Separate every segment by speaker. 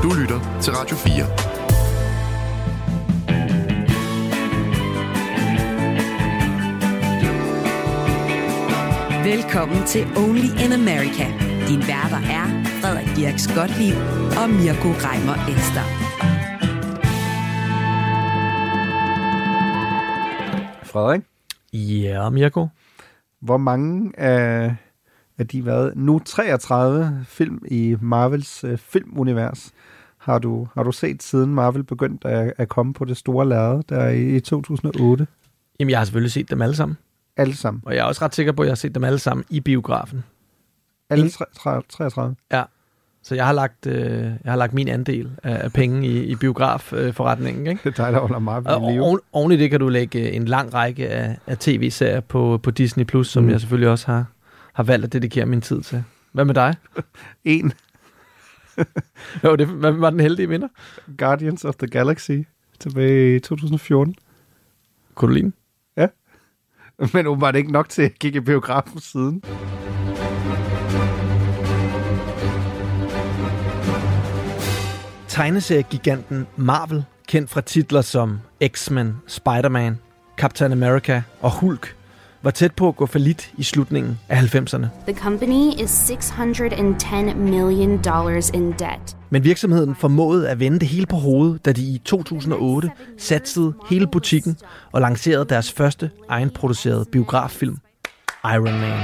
Speaker 1: Du lytter til Radio 4.
Speaker 2: Velkommen til Only in America. Din værter er Frederik Dirks Gottlieb og Mirko Reimer Ester.
Speaker 3: Frederik?
Speaker 4: Ja, Mirko.
Speaker 3: Hvor mange af de nu 33 film i Marvels filmunivers har du set, siden Marvel begyndte at komme på det store lærred der i 2008?
Speaker 4: Jamen, jeg har selvfølgelig set dem alle sammen.
Speaker 3: Alle sammen?
Speaker 4: Og jeg er også ret sikker på, at jeg har set dem alle sammen i biografen.
Speaker 3: Alle 33?
Speaker 4: Ja. Så jeg har lagt min andel af penge i biografforretningen, ikke?
Speaker 3: Det er dig, der holder meget ved live.
Speaker 4: Og oven i det kan du lægge en lang række af tv-serier på Disney+, som jeg selvfølgelig også har valgt at dedikere min tid til. Hvad med dig?
Speaker 3: En.
Speaker 4: Jo, hvad var den heldige vinder?
Speaker 3: Guardians of the Galaxy tilbage i 2014.
Speaker 4: Kunne du lide den?
Speaker 3: Ja. Men åbenbart ikke nok til at kigge i biografen siden.
Speaker 4: Tegneseriegiganten Marvel, kendt fra titler som X-Men, Spider-Man, Captain America og Hulk, var tæt på at gå fallit i slutningen af 90'erne.
Speaker 5: The company is $610 million in debt.
Speaker 4: Men virksomheden formåede at vende det hele på hovedet, da de i 2008 satsede hele butikken og lancerede deres første egenproducerede biograffilm, Iron Man.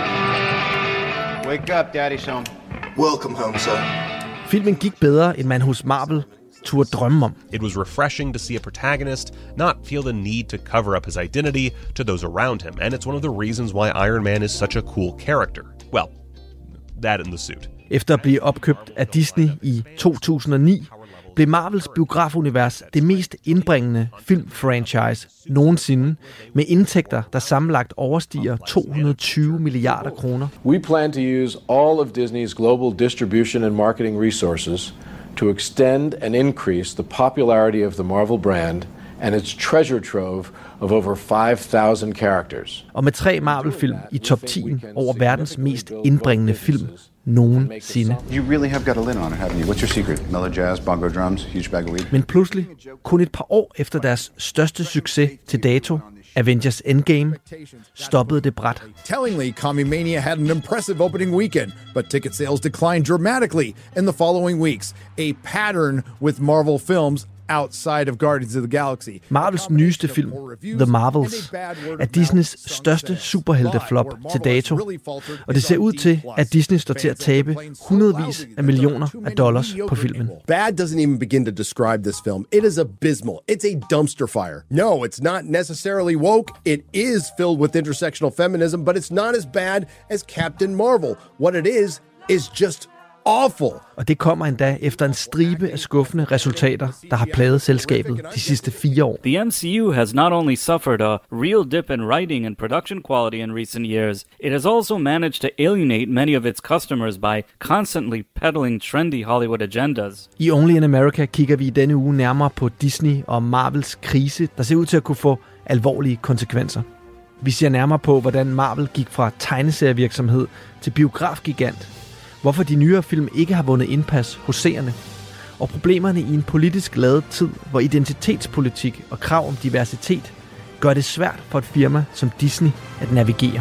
Speaker 6: Wake up, Daddy's home.
Speaker 7: Welcome home, son.
Speaker 4: Filmen gik bedre, end man hos Marvel turde drømme om.
Speaker 8: It was refreshing to see a protagonist not feel the need to cover up his identity to those around him, and it's one of the reasons why Iron Man is such a cool character. Well, that in the suit.
Speaker 4: Efter at blive opkøbt af Disney i 2009, blev Marvels biografunivers det mest indbringende filmfranchise nogensinde, med indtægter, der sammenlagt overstiger 220 milliarder kroner.
Speaker 9: We plan to use all of Disney's global distribution and marketing resources to extend and increase the popularity of the Marvel brand and its treasure trove of over 5,000 characters.
Speaker 4: Og med 3 Marvel-film i top 10 over verdens mest indbringende film nogensinde.
Speaker 6: You really have got a lid on it, haven't you? What's your secret? Mellow jazz, bongo drums, huge bag of weed?
Speaker 4: Men pludselig, kun et par år efter deres største succes til dato, Avengers Endgame, stoppede det brat.
Speaker 10: Tellingly, Comicmania had an impressive opening weekend, but ticket sales declined dramatically in the following weeks. A pattern with Marvel films outside of Guardians of the Galaxy.
Speaker 4: Marvels nyeste film, The Marvels, er Disneys største superhelteflop til dato, og det ser ud til, at Disney står til at tabe hundredvis af millioner af dollars på filmen.
Speaker 10: Bad doesn't even begin to describe this film. It is abysmal. It's a dumpster fire. No, it's not necessarily woke. It is filled with intersectional feminism, but it's not as bad as Captain Marvel. What it is just awful.
Speaker 4: Og det kommer endda efter en stribe af skuffende resultater, der har plaget selskabet de sidste 4 år.
Speaker 11: The MCU has not only suffered a real dip in writing and production quality in recent years, it has also managed to alienate many of its customers by constantly peddling trendy Hollywood agendas.
Speaker 4: I Only in America kigger vi i denne uge nærmere på Disney og Marvels krise, der ser ud til at kunne få alvorlige konsekvenser. Vi ser nærmere på, hvordan Marvel gik fra tegneserievirksomhed til biografgigant, hvorfor de nyere film ikke har vundet indpas hos seerne, og problemerne i en politisk ladet tid, hvor identitetspolitik og krav om diversitet gør det svært for et firma som Disney at navigere.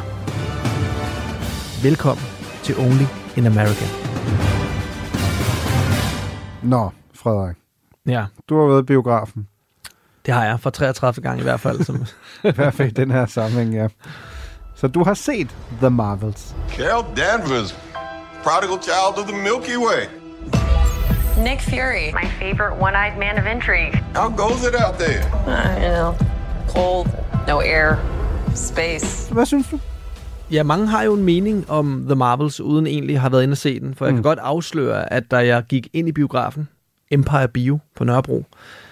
Speaker 4: Velkommen til Only in America.
Speaker 3: Nå, Frederik.
Speaker 4: Ja.
Speaker 3: Du har været i biografen.
Speaker 4: Det har jeg, for 33 gange i hvert fald. Som
Speaker 3: I hvert fald den her sammenhæng, ja. Så du har set The Marvels.
Speaker 7: Carol Danvers, prodigal child of the Milky Way.
Speaker 12: Nick Fury, my favorite one-eyed man of intrigue.
Speaker 7: How goes it out there?
Speaker 12: Cold, no air, space.
Speaker 3: Hvad synes du?
Speaker 4: Ja, mange har jo en mening om The Marvels, uden egentlig har været inde og se den. For jeg kan godt afsløre, at da jeg gik ind i biografen, Empire Bio på Nørrebro,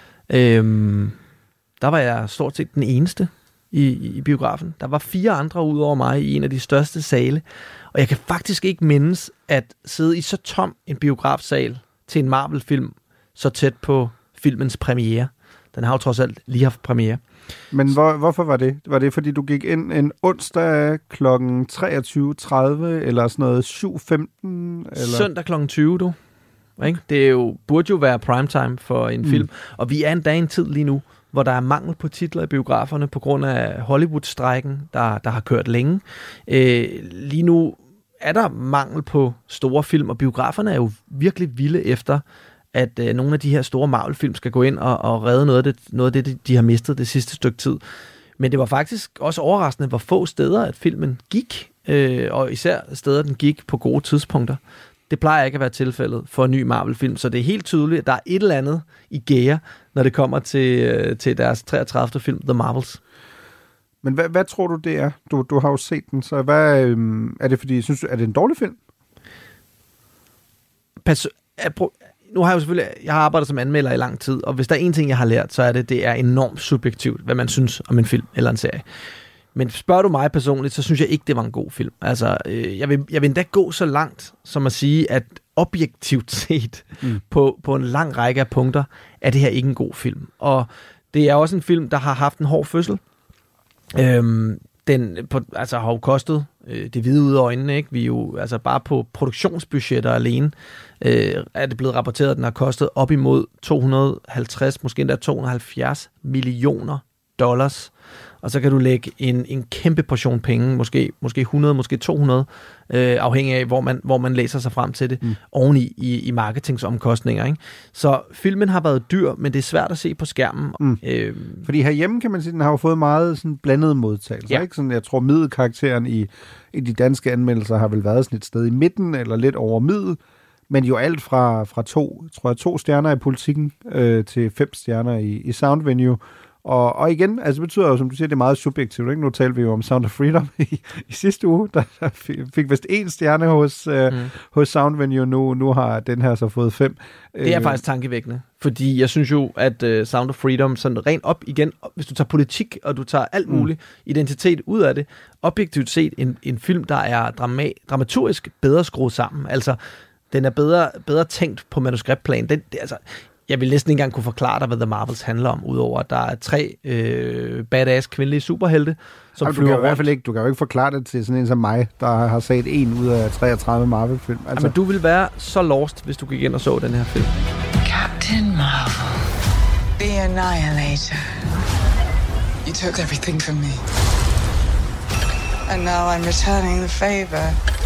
Speaker 4: der var jeg stort set den eneste i biografen. Der var 4 andre ud over mig i en af de største sale. Og jeg kan faktisk ikke mindes at sidde i så tom en biografsal til en Marvel-film, så tæt på filmens premiere. Den har jo trods alt lige haft premiere.
Speaker 3: Men hvorfor var det? Var det, fordi du gik ind en onsdag kl. 23.30, eller sådan noget 7.15? Eller?
Speaker 4: Søndag kl. 20, du. Ikke? Det burde jo være primetime for en film, og vi er endda i en tid lige nu, hvor der er mangel på titler i biograferne på grund af Hollywood-strejken, der har kørt længe. Lige nu er der mangel på store film, og biograferne er jo virkelig vilde efter, at nogle af de her store Marvel-film skal gå ind og redde noget af det, de har mistet det sidste stykke tid. Men det var faktisk også overraskende, hvor få steder, at filmen gik, og især steder, den gik på gode tidspunkter. Det plejer ikke at være tilfældet for en ny Marvel-film, så det er helt tydeligt, at der er et eller andet i gære, når det kommer til deres 33. film, The Marvels.
Speaker 3: Men hvad tror du, det er? Du har jo set den, så hvad er det, fordi synes du, er det en dårlig film?
Speaker 4: Nu har jeg har arbejdet som anmelder i lang tid, og hvis der er en ting, jeg har lært, så er det er enormt subjektivt, hvad man synes om en film eller en serie. Men spørger du mig personligt, så synes jeg ikke, det var en god film. Altså, jeg vil endda gå så langt, som at sige, at objektivt set på en lang række af punkter, er det her ikke en god film. Og det er også en film, der har haft en hård fødsel. Den har jo kostet det hvide ud af øjnene, ikke? Vi er jo altså bare på produktionsbudgetter alene, er det blevet rapporteret, at den har kostet op imod 250, måske endda 270 millioner dollars. Og så kan du lægge en kæmpe portion penge, måske 100, måske 200, afhængig af, hvor man læser sig frem til det, oveni i marketingsomkostninger. Ikke? Så filmen har været dyr, men det er svært at se på skærmen.
Speaker 3: Fordi herhjemme kan man sige, den har jo fået meget sådan blandede modtagelser. Ja. Ikke? Sådan, jeg tror, middelkarakteren i de danske anmeldelser har vel været sådan et sted i midten, eller lidt over middel, men jo alt fra 2 stjerner i Politikken til 5 stjerner i Sound Venue. Og igen, altså det betyder jo, som du siger, det er meget subjektivt. Ikke? Nu talte vi jo om Sound of Freedom i sidste uge, der fik vist 1 stjerne hos Sound Venue, nu har den her så fået 5.
Speaker 4: Det er faktisk tankevækkende, fordi jeg synes jo, at Sound of Freedom, sådan rent op igen, hvis du tager politik, og du tager alt muligt identitet ud af det, objektivt set en film, der er dramaturgisk bedre skruet sammen. Altså, den er bedre tænkt på manuskriptplan. Altså, jeg vil næsten ikke engang kunne forklare dig, hvad The Marvels handler om, udover at der er 3 badass kvindelige superhelte, som flyver rundt.
Speaker 3: Du kan jo ikke forklare det til sådan en som mig, der har set 1 ud af 33 Marvel-film. Altså.
Speaker 4: Men du vil være så lost, hvis du gik ind og så den her film.
Speaker 1: Captain Marvel, the Annihilator. You took everything from me. And now I'm returning the favor.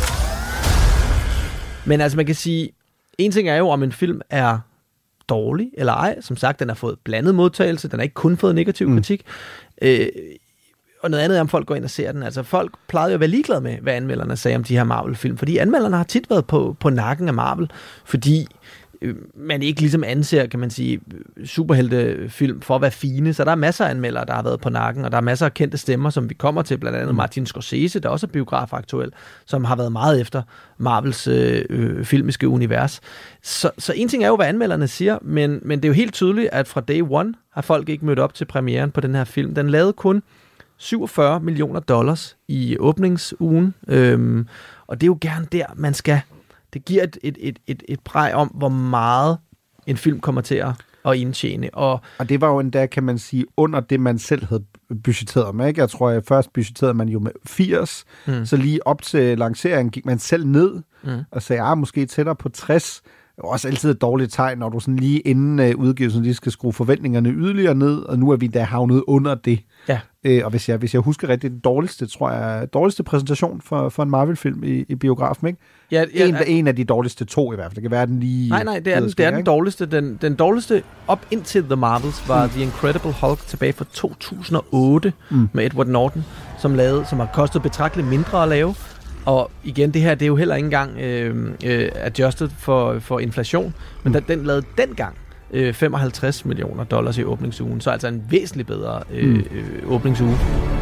Speaker 4: Men altså, man kan sige, en ting er jo, om en film er dårlig eller ej. Som sagt, den har fået blandet modtagelse. Den har ikke kun fået negativ kritik. Og noget andet er, om folk går ind og ser den. Altså, folk plejede jo at være ligeglade med, hvad anmelderne sagde om de her Marvel-film. Fordi anmelderne har tit været på nakken af Marvel. Fordi man ikke ligesom anser, kan man sige, superheltefilm for at være fine. Så der er masser af anmeldere, der har været på nakken. Og der er masser af kendte stemmer, som vi kommer til. Blandt andet Martin Scorsese, der også er biografaktuel, som har været meget efter Marvels filmiske univers. Så en ting er jo, hvad anmelderne siger, men det er jo helt tydeligt, at fra day one har folk ikke mødt op til premieren på den her film. Den lavede kun 47 millioner dollars i åbningsugen, og det er jo gerne der, man skal. Det giver et præg om, hvor meget en film kommer til at indtjene. Og
Speaker 3: det var jo endda, kan man sige, under det, man selv havde budgetteret med. Ikke? Jeg tror, at først budgetterede man jo med 80, så lige op til lanceringen gik man selv ned og sagde, måske tættere på 60. Det er også altid et dårligt tegn, når du sådan lige inden udgivelsen lige skal skrue forventningerne yderligere ned, og nu er vi da havnet under det.
Speaker 4: Ja.
Speaker 3: Og hvis jeg husker rigtigt, det dårligste præsentation for en Marvel-film i biografen, ikke? Ja, en af de dårligste 2 i hvert fald. Det kan være den lige...
Speaker 4: Nej, det er den dårligste. Den dårligste op indtil The Marvels var The Incredible Hulk tilbage fra 2008 med Edward Norton, som har kostet betragteligt mindre at lave. Og igen, det her, det er jo heller ikke engang adjusted for inflation, men den lavede dengang 55 millioner dollars i åbningsugen, så altså en væsentligt bedre åbningsuge.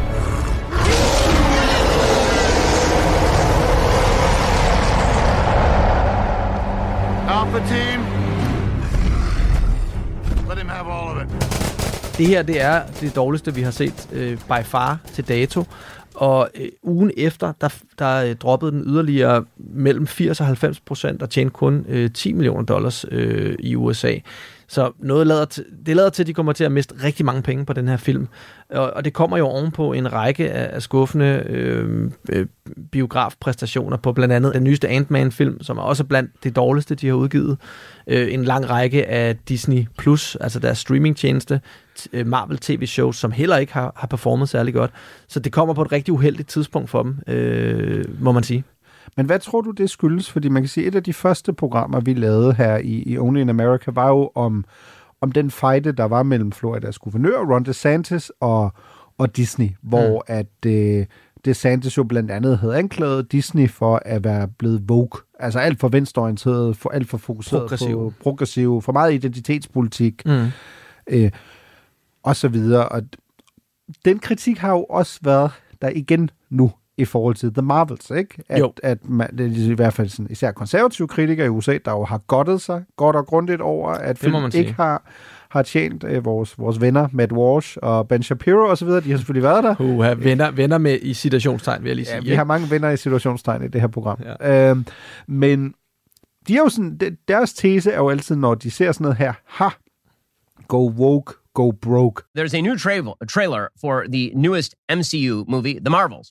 Speaker 7: Alpha team, let him have all of it.
Speaker 4: Det her, det er det dårligste, vi har set by far til dato. Og ugen efter, der droppede den yderligere mellem 80% og 90% og tjente kun $10 millioner i USA. Så det lader til, at de kommer til at miste rigtig mange penge på den her film. Og det kommer jo ovenpå en række af skuffende biografpræstationer på blandt andet den nyeste Ant-Man-film, som er også blandt det dårligste, de har udgivet. En lang række af Disney Plus, altså deres streamingtjeneste, Marvel TV-shows, som heller ikke har performet særlig godt. Så det kommer på et rigtig uheldigt tidspunkt for dem, må man sige.
Speaker 3: Men hvad tror du, det skyldes? Fordi man kan sige, et af de første programmer, vi lavede her i Only in America, var jo om den fejde, der var mellem Floridas guvernør, Ron DeSantis, og Disney, hvor at DeSantis jo blandt andet havde anklaget Disney for at være blevet woke. Altså alt for venstreorienteret, for alt for fokuseret på progressiv, for meget identitetspolitik, og så videre. Og den kritik har jo også været der igen nu, i forhold til The Marvels, ikke? At man, det er i hvert fald sådan, især konservative kritikere i USA, der jo har godtet sig godt og grundigt over, at film ikke har tjent vores venner, Matt Walsh og Ben Shapiro og så videre. De har selvfølgelig været der.
Speaker 4: Venner med i situationstegn, vil jeg lige sige.
Speaker 3: Ja, vi har mange venner i situationstegn i det her program. Ja. Men de er jo sådan, deres tese er jo altid, når de ser sådan noget her, go woke, go broke.
Speaker 13: There's a new trailer for the newest MCU movie, The Marvels.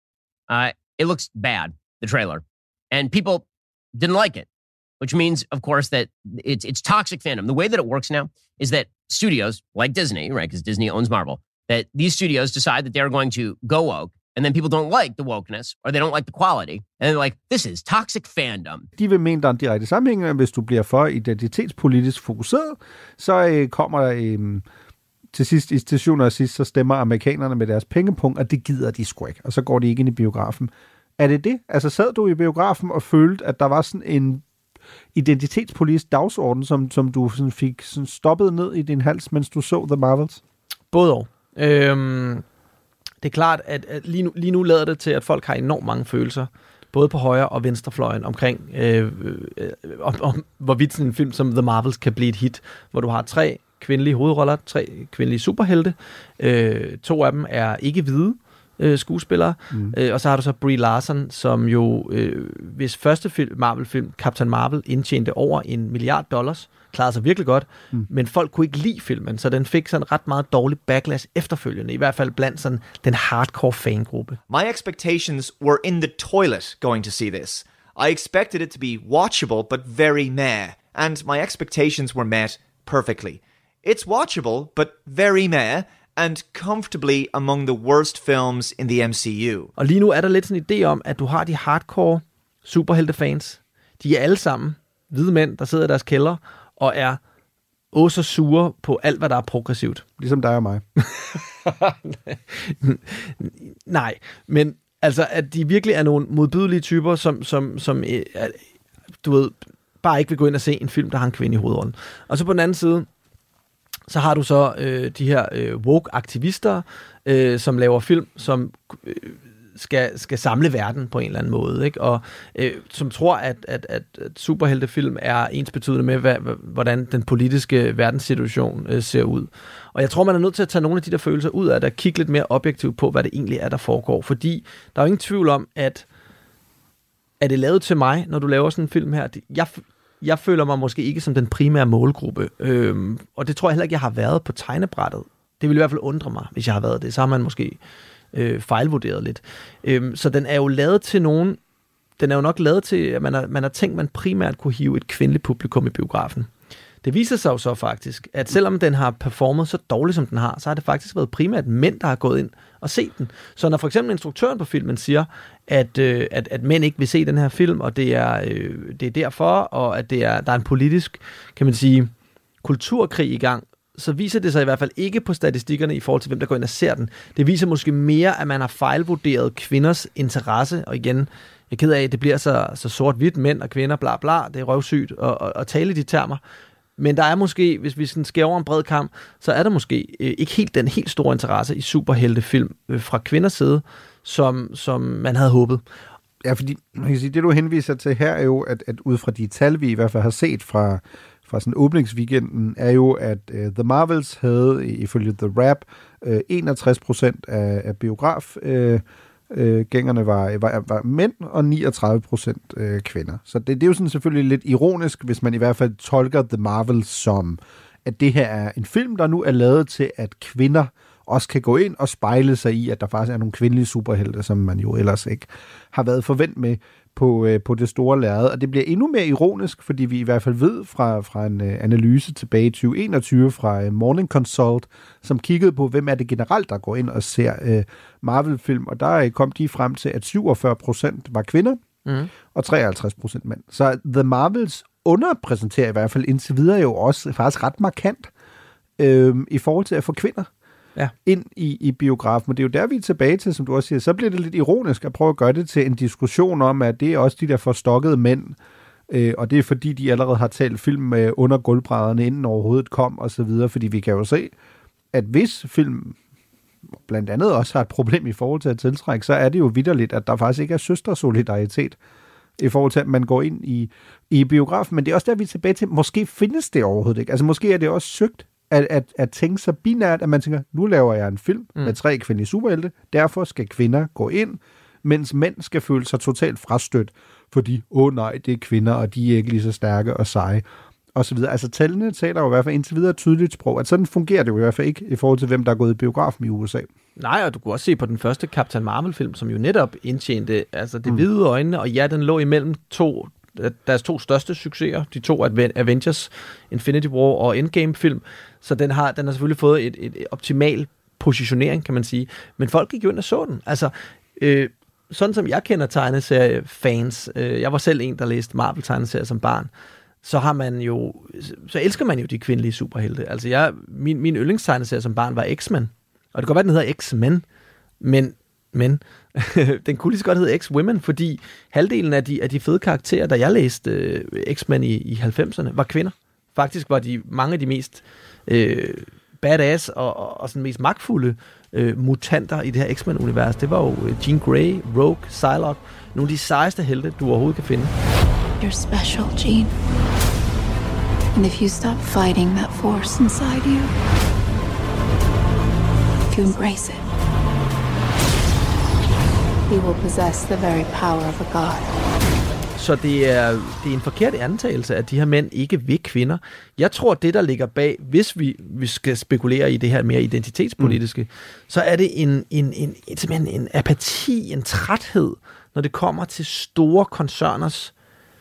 Speaker 13: It looks bad, the trailer, and people didn't like it, which means, of course, that it's toxic fandom. The way that it works now is that studios like Disney, right, because Disney owns Marvel, that these studios decide that they're going to go woke, and then people don't like the wokeness, or they don't like the quality, and they're like, this is toxic fandom.
Speaker 3: De vil mene, der er en direkte sammenhæng, hvis du bliver for identitetspolitisk fokuseret, så kommer til sidst, til syvende og sidst, så stemmer amerikanerne med deres pengepunkt, og det gider de sgu ikke, og så går de ikke ind i biografen. Er det det? Altså sad du i biografen og følte, at der var sådan en identitetspolitisk dagsorden, som du sådan fik sådan stoppet ned i din hals, mens du så The Marvels?
Speaker 4: Både og. Det er klart, at lige nu lader det til, at folk har enormt mange følelser, både på højre- og venstrefløjen, omkring om hvorvidt sådan en film som The Marvels kan blive et hit, hvor du har 3 kvindelige hovedroller, 3 kvindelige superhelte. 2 af dem er ikke hvide skuespillere. Og så har du så Brie Larson, som jo, hvis første Marvel-film, Captain Marvel, indtjente over $1 milliard, klarede sig virkelig godt, men folk kunne ikke lide filmen, så den fik sådan ret meget dårlig backlash efterfølgende, i hvert fald blandt sådan den hardcore fangruppe.
Speaker 14: My expectations were in the toilet going to see this. I expected it to be watchable, but very meh, and my expectations were met perfectly. It's watchable, but very meh, and comfortably among the worst films in the MCU.
Speaker 4: Og lige nu er der lidt sådan en idé om, at du har de hardcore superheltefans. De er alle sammen hvide mænd, der sidder i deres kælder og er så sure på alt, hvad der er progressivt.
Speaker 3: Ligesom dig og mig.
Speaker 4: Nej, men altså, at de virkelig er nogle modbydelige typer, som du ved, bare ikke vil gå ind og se en film, der har en kvinde i hovedrollen. Og så på den anden side, så har du så de her woke-aktivister, som laver film, som skal samle verden på en eller anden måde, ikke? Og som tror, at superheltefilm er ensbetydende med, hvordan den politiske verdenssituation ser ud. Og jeg tror, man er nødt til at tage nogle af de der følelser ud af det, og kigge lidt mere objektivt på, hvad det egentlig er, der foregår. Fordi der er jo ingen tvivl om, at er det lavet til mig, når du laver sådan en film her? Jeg føler mig måske ikke som den primære målgruppe, og det tror jeg heller ikke, jeg har været på tegnebrættet. Det vil i hvert fald undre mig, hvis jeg har været det. Så har man måske fejlvurderet lidt. Så den er jo lavet til nogen. Den er jo nok lavet til, at man har tænkt, at man primært kunne hive et kvindeligt publikum i biografen. Det viser sig jo så faktisk, at selvom den har performet så dårligt, som den har, så har det faktisk været primært mænd, der har gået ind og set den. Så når for eksempel instruktøren på filmen siger, at mænd ikke vil se den her film, og det er derfor, og at der er en politisk, kan man sige, kulturkrig i gang, så viser det sig i hvert fald ikke på statistikkerne i forhold til, hvem der går ind og ser den. Det viser måske mere, at man har fejlvurderet kvinders interesse, og igen, jeg er ked af, at det bliver så sort-hvidt, mænd og kvinder, bla bla, det er røvsygt at tale i de termer. Men der er måske, hvis vi sådan skærer over en bred kamp, så er der måske ikke helt den helt store interesse i superheltefilm fra kvinders side, som man havde håbet.
Speaker 3: Ja, fordi man kan sige, det du henviser til her er jo, at ud fra de tal, vi i hvert fald har set fra sådan åbningsweekenden, er jo, at The Marvels havde ifølge The Wrap 61% af gængerne var mænd, og 39% kvinder. Så det er jo sådan selvfølgelig lidt ironisk, hvis man i hvert fald tolker The Marvels som, at det her er en film, der nu er lavet til, at kvinder også kan gå ind og spejle sig i, at der faktisk er nogle kvindelige superhelte, som man jo ellers ikke har været forvent med på det store lærred. Og det bliver endnu mere ironisk, fordi vi i hvert fald ved fra en analyse tilbage i 2021 fra Morning Consult, som kiggede på, hvem er det generelt, der går ind og ser Marvel-film, og der kom de frem til, at 47% var kvinder, og 53% mænd. Så The Marvels underpræsenterer i hvert fald indtil videre jo også faktisk ret markant i forhold til at få kvinder ind i biografen. Men det er jo der, vi er tilbage til, som du også siger. Så bliver det lidt ironisk at prøve at gøre det til en diskussion om, at det er også de der forstokkede mænd, og det er fordi, de allerede har talt film under gulvbrædderne, inden overhovedet kom, og så videre. Fordi vi kan jo se, at hvis film blandt andet også har et problem i forhold til at tiltrække, så er det jo vitterligt, at der faktisk ikke er søstersolidaritet i forhold til, at man går ind i biografen. Men det er også der, vi er tilbage til, måske findes det overhovedet ikke. Altså måske er det også søgt at tænke så binært, at man tænker, nu laver jeg en film med 3 kvindelige superhelte, derfor skal kvinder gå ind, mens mænd skal føle sig totalt frastødt, fordi, nej, det er kvinder, og de er ikke lige så stærke og seje, og så videre. Altså tallene taler jo i hvert fald indtil videre tydeligt sprog, at sådan fungerer det jo i hvert fald ikke i forhold til, hvem der er gået i biografen i USA.
Speaker 4: Nej, og du kunne også se på den første Captain Marvel-film, som jo netop indtjente altså det hvide øjne, og ja, den lå imellem deres 2 største succeser, de 2 Avengers, Infinity War og Endgame-film, så den har selvfølgelig fået et optimal positionering, kan man sige. Men folk gik jo ind og så den. Altså, sådan som jeg kender tegneseriefans, jeg var selv en, der læste Marvel-tegneserier som barn, så elsker man jo de kvindelige superhelte. Altså, min yndlingstegneserie som barn var X-Men, og det kan godt være, den hedder X-Men, men den kunne lige så godt hedde X-Women, fordi halvdelen af de fede karakterer, da jeg læste X-Men i 90'erne, var kvinder. Faktisk var mange af de mest badass og sådan mest magtfulde mutanter i det her X-Men-univers. Det var jo Jean Grey, Rogue, Psylocke, nogle af de sejeste helte, du overhovedet kan finde.
Speaker 15: You're special, Jean. And if you stop fighting that force inside you, if you embrace it, we will possess the very power of a god.
Speaker 4: Så det er en forkert antagelse, at de her mænd ikke vil kvinder. Jeg tror, det der ligger bag, hvis vi skal spekulere i det her mere identitetspolitiske, så er det simpelthen en apati, en træthed, når det kommer til store koncerners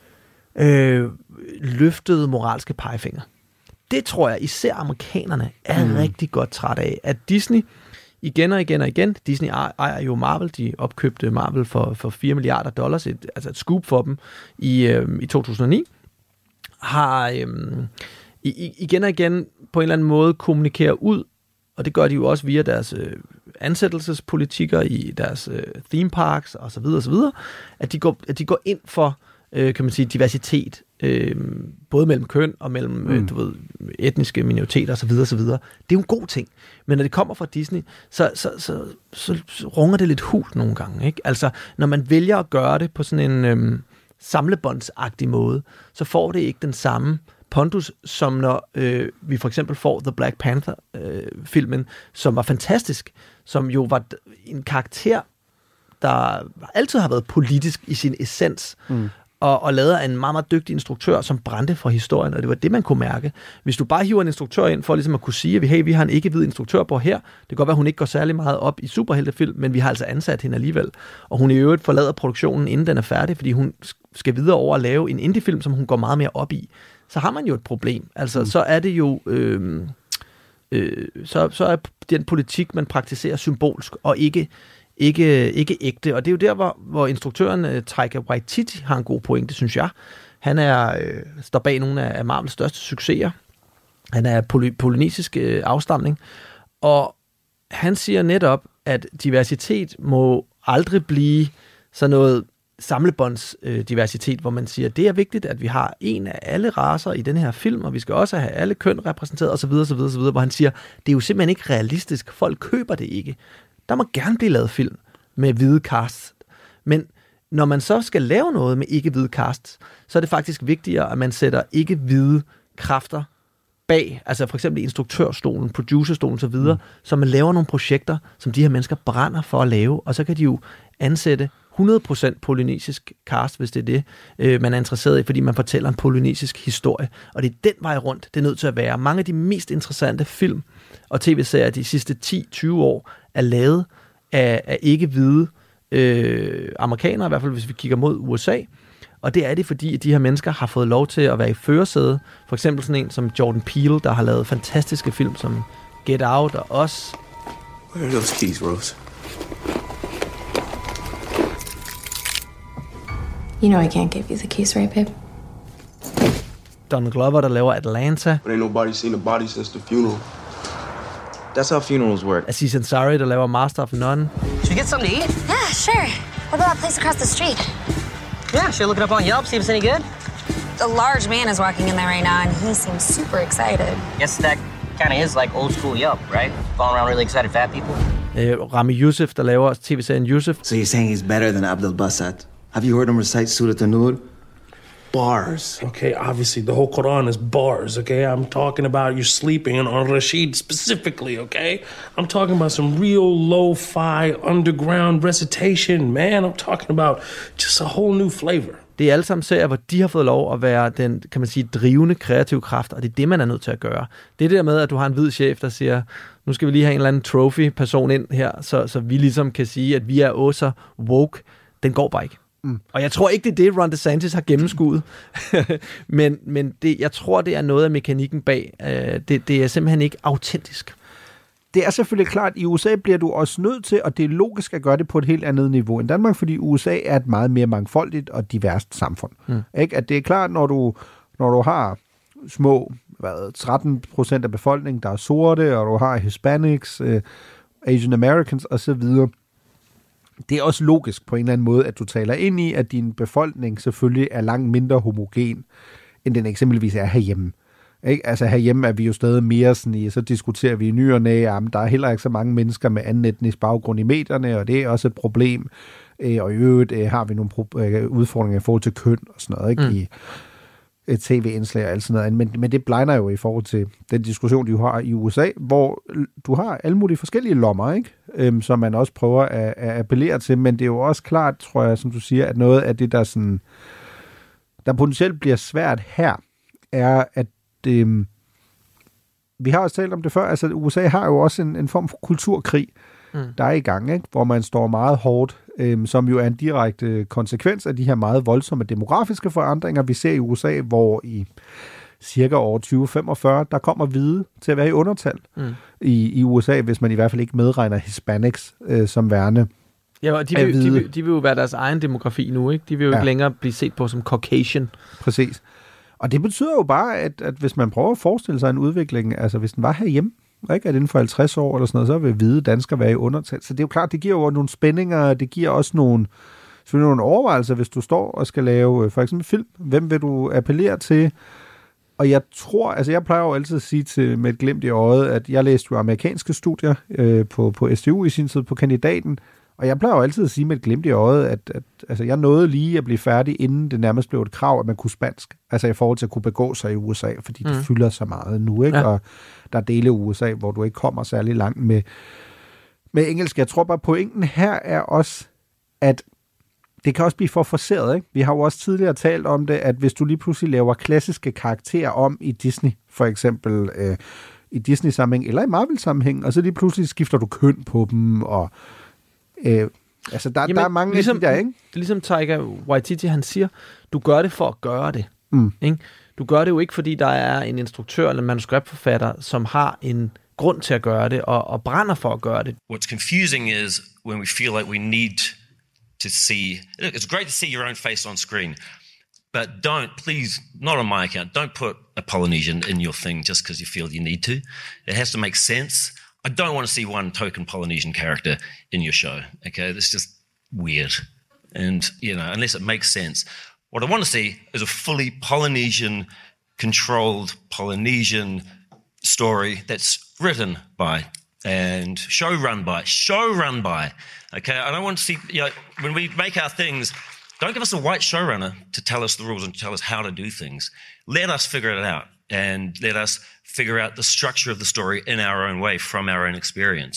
Speaker 4: løftede moralske pegefinger. Det tror jeg, især amerikanerne er rigtig godt træt af, at Disney igen og igen, Disney ejer jo Marvel, de opkøbte Marvel for $4 milliarder, altså et scoop for dem i 2009, har igen og igen på en eller anden måde kommunikerer ud, og det gør de jo også via deres ansættelsespolitikker i deres theme parks og så videre, at de går ind for kan man sige, diversitet, både mellem køn og mellem etniske minoriteter og så videre. Det er jo en god ting. Men når det kommer fra Disney, så runger det lidt hult nogle gange. Ikke? Altså, når man vælger at gøre det på sådan en samlebåndsagtig måde, så får det ikke den samme pondus, som når vi for eksempel får The Black Panther-filmen, som var fantastisk, som jo var en karakter, der altid har været politisk i sin essens, og lavet af en meget, meget dygtig instruktør, som brændte for historien, og det var det, man kunne mærke. Hvis du bare hiver en instruktør ind, for ligesom at kunne sige, at vi har en ikke-hvid instruktør på her, det kan godt være, at hun ikke går særlig meget op i superheltefilm, men vi har altså ansat hende alligevel. Og hun i øvrigt forlader produktionen, inden den er færdig, fordi hun skal videre over at lave en indie-film, som hun går meget mere op i. Så har man jo et problem. Altså, så er det jo... så er den politik, man praktiserer symbolsk, og ikke ægte. Og det er jo der, hvor instruktøren Taika Waititi har en god pointe, synes jeg. Han står bag nogle af Marvels største succeser. Han er polynesisk afstamning. Og han siger netop, at diversitet må aldrig blive sådan noget samlebåndsdiversitet, hvor man siger, det er vigtigt, at vi har en af alle racer i den her film, og vi skal også have alle køn repræsenteret, osv., hvor han siger, det er jo simpelthen ikke realistisk. Folk køber det ikke. Der må gerne blive lavet film med hvide cast. Men når man så skal lave noget med ikke-hvide cast, så er det faktisk vigtigere, at man sætter ikke-hvide kræfter bag, altså for eksempel instruktørstolen, producerstolen osv., så man laver nogle projekter, som de her mennesker brænder for at lave, og så kan de jo ansætte 100% polynesisk cast, hvis det er det, man er interesseret i, fordi man fortæller en polynesisk historie. Og det er den vej rundt, det er nødt til at være. Mange af de mest interessante film og tv-serier de sidste 10-20 år er lavet af ikke-hvide amerikanere, i hvert fald hvis vi kigger mod USA. Og det er det, fordi de her mennesker har fået lov til at være i førersædet. For eksempel sådan en som Jordan Peele, der har lavet fantastiske film som Get Out og Us.
Speaker 16: Where are those keys, Rose?
Speaker 15: You know I can't give you the keys, right, babe?
Speaker 4: Donald Glover, der laver Atlanta.
Speaker 16: But ain't nobody seen a body since the funeral. That's how funerals work.
Speaker 4: Aziz Ansari, der laver Master of None.
Speaker 17: Should we get something to eat?
Speaker 18: Yeah, sure. What about that place across the street?
Speaker 17: Yeah, should I look it up on Yelp, see if it's any good?
Speaker 18: A large man is walking in there right now, and he seems super excited.
Speaker 17: Guess that kind of is like old school Yelp, right? Following around really excited fat people.
Speaker 4: Rami Youssef, der laver tv-serien Youssef.
Speaker 19: So you're saying he's better than Abdel Bassat? Have you heard him recite Surat An-Nur? Bars.
Speaker 20: Okay, obviously the whole Quran is bars, okay? I'm talking about you sleeping on Rashid specifically, okay? I'm talking about some real lo-fi underground recitation, man. I'm talking about just a whole new flavor.
Speaker 4: Det er alle sammen serier, hvor de har fået lov at være den, kan man sige, drivende kreative kraft, og det er det, man er nødt til at gøre. Det er det der med, at du har en hvid chef, der siger, nu skal vi lige have en eller anden trophy-person ind her, så vi ligesom kan sige, at vi er også woke. Den går bare ikke. Og jeg tror ikke, det er det, Ron DeSantis har gennemskuet. men jeg tror, det er noget af mekanikken bag. Det er simpelthen ikke autentisk.
Speaker 3: Det er selvfølgelig klart, at i USA bliver du også nødt til, og det er logisk at gøre det på et helt andet niveau end Danmark, fordi USA er et meget mere mangfoldigt og diverst samfund. Ikke? At det er klart, når du har små 13% af befolkningen, der er sorte, og du har Hispanics, Asian Americans osv., det er også logisk på en eller anden måde, at du taler ind i, at din befolkning selvfølgelig er langt mindre homogen, end den eksempelvis er herhjemme. Ikke? Altså herhjemme er vi jo stadig mere sådan i, så diskuterer vi i ny og næ, jamen der er heller ikke så mange mennesker med anden etnisk baggrund i medierne, og det er også et problem. Og i øvrigt har vi nogle udfordringer i forhold til køn og sådan noget, ikke? I et tv-indslag og alt sådan noget. Men det blegner jo i forhold til den diskussion, de har i USA, hvor du har alle mulige forskellige lommer, ikke? Som man også prøver at appellere til, men det er jo også klart, tror jeg, som du siger, at noget af det, der potentielt bliver svært her, er, at vi har også talt om det før, altså USA har jo også en form for kulturkrig, der er i gang, ikke? Hvor man står meget hårdt, som jo er en direkte konsekvens af de her meget voldsomme demografiske forandringer, vi ser i USA, hvor i cirka år 2045, der kommer hvide til at være i undertal i USA, hvis man i hvert fald ikke medregner Hispanics som værende.
Speaker 4: Ja, de vil jo være deres egen demografi nu, ikke? De vil jo ikke længere blive set på som Caucasian.
Speaker 3: Præcis. Og det betyder jo bare, at hvis man prøver at forestille sig en udvikling, altså hvis den var herhjemme, ikke? At inden for 50 år eller sådan noget, så vil hvide danskere være i undertal. Så det er jo klart, det giver jo nogle spændinger, det giver også nogle overvejelser, hvis du står og skal lave for eksempel film. Hvem vil du appellere til? Og jeg tror, altså jeg plejer jo altid at sige med et glimt i øjet, at jeg læste jo amerikanske studier på STU i sin tid på kandidaten, og jeg plejer jo altid at sige med et glimt i øjet, at altså jeg nåede lige at blive færdig, inden det nærmest blev et krav, at man kunne spansk. Altså i forhold til at kunne begå sig i USA, fordi det fylder så meget nu, ikke? Ja. Og der er dele af USA, hvor du ikke kommer særlig langt med engelsk. Jeg tror bare, pointen her er også, at det kan også blive for forceret, ikke? Vi har jo også tidligere talt om det, at hvis du lige pludselig laver klassiske karakterer om i Disney, for eksempel i Disney-sammenhæng eller i Marvel-sammenhæng, og så lige pludselig skifter du køn på dem, og altså der er mange ligesom, af de der, ikke?
Speaker 4: Ligesom Taika Waititi, han siger, du gør det for at gøre det. Ikke? Du gør det jo ikke, fordi der er en instruktør eller en manuskriptforfatter, som har en grund til at gøre det, og brænder for at gøre det.
Speaker 21: What's confusing is when we feel like we need to see, it's great to see your own face on screen, but please, not on my account, don't put a Polynesian in your thing just because you feel you need to. It has to make sense. I don't want to see one token Polynesian character in your show, okay? That's just weird. And, unless it makes sense. What I want to see is a fully Polynesian-controlled Polynesian story that's written by and showrun by, okay? I don't want to see, when we make our things, don't give us a white showrunner to tell us the rules and tell us how to do things. Let us figure it out, and let us figure out the structure of the story in our own way from our own experience.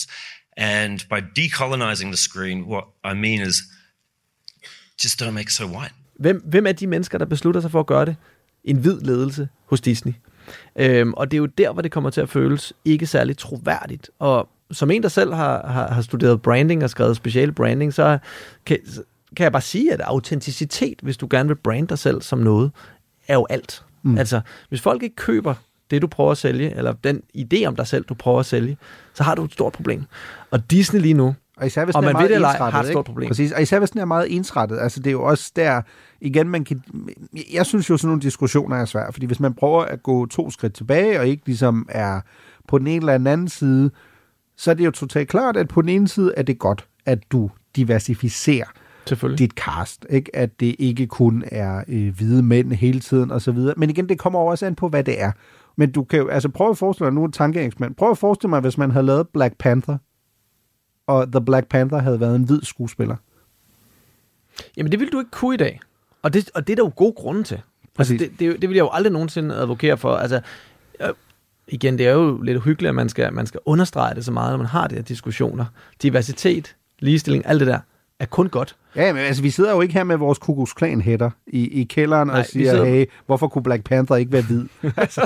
Speaker 21: And by decolonizing the screen, what I mean is just don't make it so white.
Speaker 4: Hvem er de mennesker, der beslutter sig for at gøre det? En hvid ledelse hos Disney. Og det er jo der, hvor det kommer til at føles ikke særlig troværdigt. Og som en, der selv har studeret branding og skrevet speciale branding, så kan jeg bare sige, at autenticitet, hvis du gerne vil brande dig selv som noget, er jo alt. Altså, hvis folk ikke køber det, du prøver at sælge, eller den idé om dig selv, du prøver at sælge, så har du et stort problem. Og Disney lige nu,
Speaker 3: og især hvis
Speaker 4: og
Speaker 3: man
Speaker 4: ved det eller ej,
Speaker 3: har
Speaker 4: et stort problem.
Speaker 3: Præcis, og især hvis den er meget ensrettet. Altså det er jo også der, igen, man kan... Jeg synes jo, sådan nogle diskussioner er svære, fordi hvis man prøver at gå 2 skridt tilbage, og ikke ligesom er på den ene eller den anden side, så er det jo totalt klart, at på den ene side er det godt, at du diversificerer dit cast, ikke? At det ikke kun er hvide mænd hele tiden, og så videre. Men igen, det kommer også an på, hvad det er. Men du kan jo, altså prøv at forestille dig nu en tankeeksperiment. Prøv at forestille mig, hvis man havde lavet Black Panther, og The Black Panther havde været en hvid skuespiller.
Speaker 4: Jamen, det ville du ikke kunne i dag. Og det er der jo gode grunde til. Altså, det vil jeg jo aldrig nogensinde advokere for. Altså, igen, det er jo lidt uhyggeligt, at man skal understrege det så meget, når man har de her diskussioner. Diversitet, ligestilling, alt det der, er kun godt.
Speaker 3: Ja, men altså, vi sidder jo ikke her med vores Ku Klux Klan-hætter i kælderen og siger, hey, hvorfor kunne Black Panther ikke være hvid? Altså,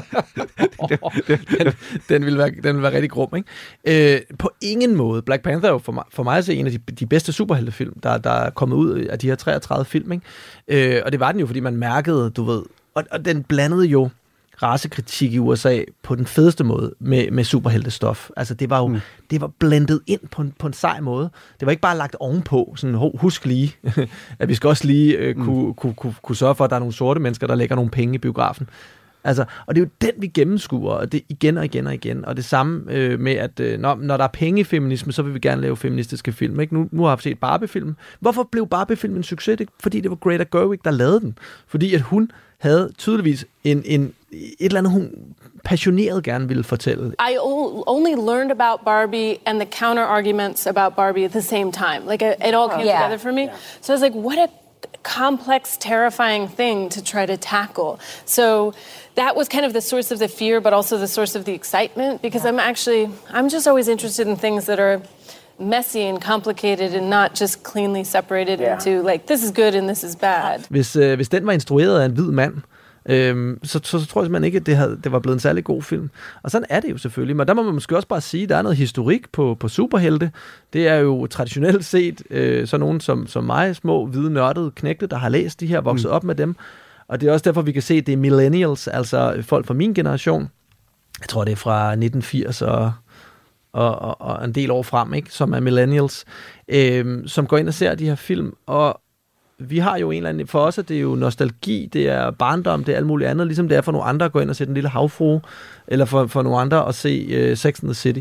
Speaker 4: den vil være rigtig grum, ikke? På ingen måde. Black Panther er jo for mig at se en af de bedste superheltefilm, der er kommet ud af de her 33 film, ikke? Og det var den jo, fordi man mærkede, du ved, og den blandede jo racekritik i USA på den fedeste måde med superheltestof. Altså det var jo det var blendet ind på en sej måde. Det var ikke bare lagt ovenpå, sådan husk lige, at vi skal også lige kunne sørge for, at der er nogle sorte mennesker, der lægger nogle penge i biografen. Altså, og det er jo den, vi gennemskuer, og det igen og igen og igen. Og det samme med, at når der er penge i feminisme, så vil vi gerne lave feministiske film. Ikke? Nu har vi set Barbie-filmen. Hvorfor blev Barbie-filmen en succes? Fordi det var Greta Gerwig, der lavede den. Fordi at hun havde tydeligvis et eller andet, hun passioneret gerne ville fortælle.
Speaker 2: I only learned about Barbie and the counter-arguments about Barbie at the same time. Like, it all came together for me. Yeah. So I was like, what a complex, terrifying thing to try to tackle. So that was kind of the source of the fear, but also the source of the excitement, because I'm just always interested in things that are messy and complicated and not just cleanly separated into, like, this is good and this is bad.
Speaker 4: Hvis den var instrueret af en hvid mand, så tror jeg simpelthen ikke, at det var blevet en særlig god film. Og sådan er det jo selvfølgelig. Men der må man måske også bare sige, at der er noget historik på superhelte. Det er jo traditionelt set sådan nogen som mig, små, hvide, nørdede knægte, der har læst de her, vokset op med dem. Og det er også derfor, vi kan se, at det er millennials, altså folk fra min generation. Jeg tror, det er fra 1980 og en del år frem, ikke, som er millennials, som går ind og ser de her film. Og vi har jo en eller anden, for os er det jo nostalgi, det er barndom, det er alt muligt andet, ligesom det er for nogle andre at gå ind og se Den Lille Havfrue, eller for nogle andre at se Sex and the City.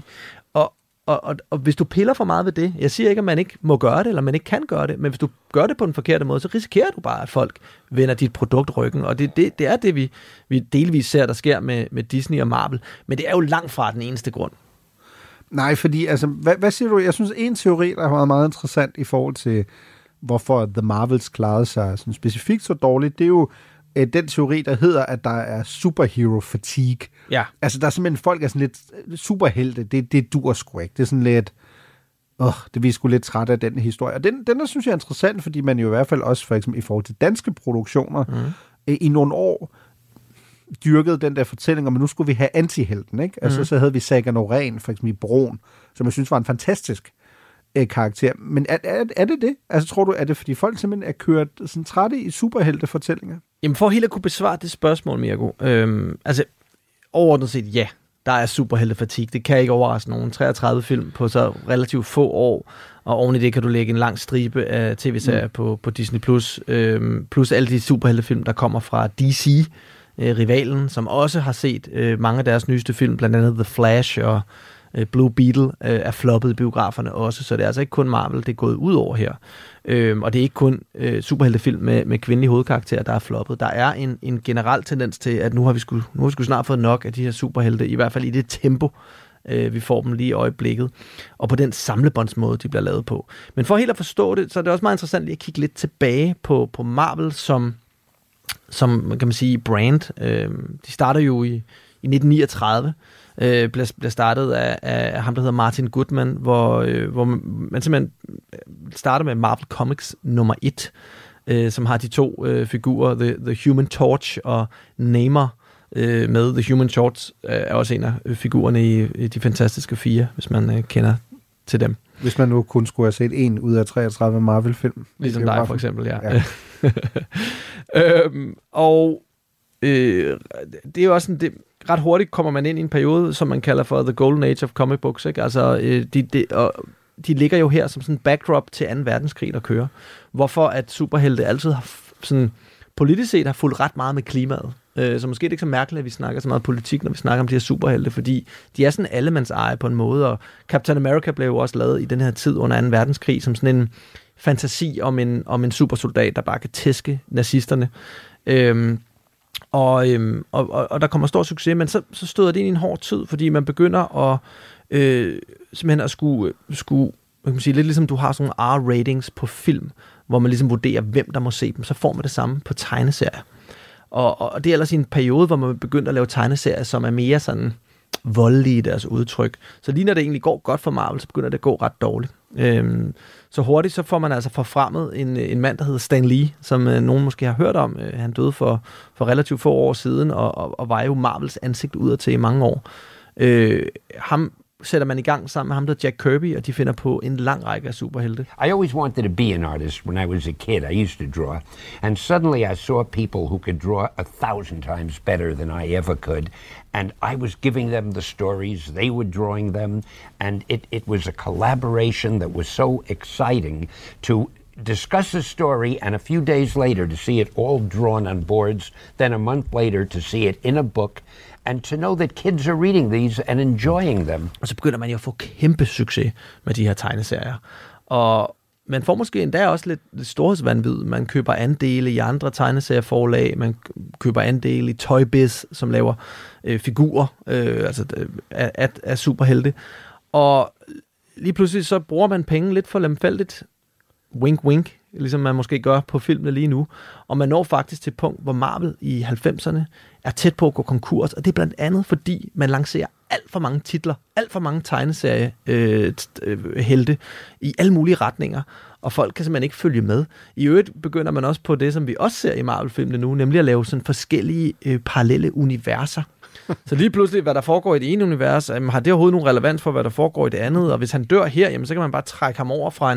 Speaker 4: Og hvis du piller for meget ved det, jeg siger ikke, at man ikke må gøre det, eller man ikke kan gøre det, men hvis du gør det på den forkerte måde, så risikerer du bare, at folk vender dit produkt ryggen, og det er det, vi delvis ser, der sker med Disney og Marvel, men det er jo langt fra den eneste grund.
Speaker 3: Nej, fordi, altså, hvad siger du? Jeg synes, en teori, der har været meget interessant i forhold til, hvorfor The Marvels klarede sig sådan specifikt så dårligt, det er jo den teori, der hedder, at der er superhero fatigue.
Speaker 4: Ja.
Speaker 3: Altså, der er simpelthen, folk er sådan lidt superhelte, det dur sgu ikke. Det er sådan lidt, det vi er sgu lidt trætte af den historie. Og den der synes jeg er interessant, fordi man jo i hvert fald også, for eksempel i forhold til danske produktioner, i nogle år dyrkede den der fortælling om, at nu skulle vi have antihelten, ikke? Altså, så havde vi Saga Norén, for eksempel i Broen, som jeg synes var en fantastisk karakter. Men er det? Altså, tror du, er det fordi folk simpelthen er kørt sådan trætte i superheltefortællinger?
Speaker 4: Jamen, for helt at kunne besvare det spørgsmål, Mirko, altså, overordnet set, ja, der er superheltefatig. Det kan ikke overraske nogen. 33 film på så relativt få år, og oven i det kan du lægge en lang stribe af tv-serier på Disney+, plus alle de superheltefilm, der kommer fra DC, rivalen, som også har set mange af deres nyeste film, blandt andet The Flash og Blue Beetle, er floppet i biograferne også, så det er altså ikke kun Marvel, det er gået ud over her. Og det er ikke kun superheltefilm med kvindelige hovedkarakterer, der er floppet. Der er en generel tendens til, at nu har vi sgu snart fået nok af de her superhelte, i hvert fald i det tempo, vi får dem lige i øjeblikket, og på den samlebåndsmåde, de bliver lavet på. Men for helt at forstå det, så er det også meget interessant lige at kigge lidt tilbage på Marvel som kan man sige, brand. De starter jo i i 1939, blev startet af ham, der hedder Martin Goodman, hvor man simpelthen starter med Marvel Comics nummer 1, som har de to figurer, The Human Torch og Namor, med. The Human Torch er også en af figurerne i De Fantastiske Fire, hvis man kender til dem. Hvis man nu kun skulle have set 1 ud af 33 Marvel-film. Ligesom dig, for eksempel, ja. Det er jo også sådan, ret hurtigt kommer man ind i en periode, som man kalder for The Golden Age of Comic Books, ikke? Altså, de ligger jo her som sådan en backdrop til 2. verdenskrig, der kører. Hvorfor at superhelte altid har sådan, politisk set har fulgt ret meget med klimaet. Så måske er det ikke så mærkeligt, at vi snakker så meget politik, når vi snakker om de her superhelte, fordi de er sådan allemands eje på en måde, og Captain America blev jo også lavet i den her tid under 2. verdenskrig, som sådan en fantasi om en supersoldat, der bare kan tæske nazisterne. Og der kommer stor succes, men så støder det ind i en hård tid, fordi man begynder at simpelthen at skulle man kan sige, lidt ligesom du har sådan nogle R-ratings på film, hvor man ligesom vurderer, hvem der må se dem, så får man det samme på tegneserier. Og det er ellers i en periode, hvor man begynder at lave tegneserier, som er mere sådan voldelige i deres udtryk. Så lige når det egentlig går godt for Marvel, så begynder det at gå ret dårligt. Så hurtigt så får man altså forfremmet en mand, der hedder Stan Lee, som nogen måske har hørt om. Han døde for relativt få år siden, og var jo Marvels ansigt udadtil i mange år. Ham sætter man i gang sammen med ham, der Jack Kirby, og de finder på en lang række af superhelte.
Speaker 5: I always wanted to be an artist when I was a kid. I used to draw. And suddenly I saw people who could draw 1,000 times better than I ever could. And I was giving them the stories, they were drawing them, and it was a collaboration that was so exciting to discuss a story and a few days later to see it all drawn on boards, then a month later to see it in a book, and to know that kids are reading these and enjoying them.
Speaker 4: Og så begynder man jo at få kæmpe succes med de her tegneserier. Og man får måske endda også lidt storhedsvanvid. Man køber andele i andre tegneserieforlag, man køber andele i Toy Biz, som laver figurer af superhelte. Og lige pludselig så bruger man penge lidt for lemfældigt. Wink, wink, ligesom man måske gør på filmene lige nu. Og man når faktisk til et punkt, hvor Marvel i 90'erne er tæt på at gå konkurs. Og det er blandt andet, fordi man lancerer alt for mange titler, alt for mange tegneseriehelte i alle mulige retninger. Og folk kan simpelthen ikke følge med. I øvrigt begynder man også på det, som vi også ser i Marvel-filmene nu, nemlig at lave sådan forskellige parallelle universer. Så lige pludselig, hvad der foregår i det ene univers, har det overhovedet nogen relevans for, hvad der foregår i det andet? Og hvis han dør her, jamen, så kan man bare trække ham over fra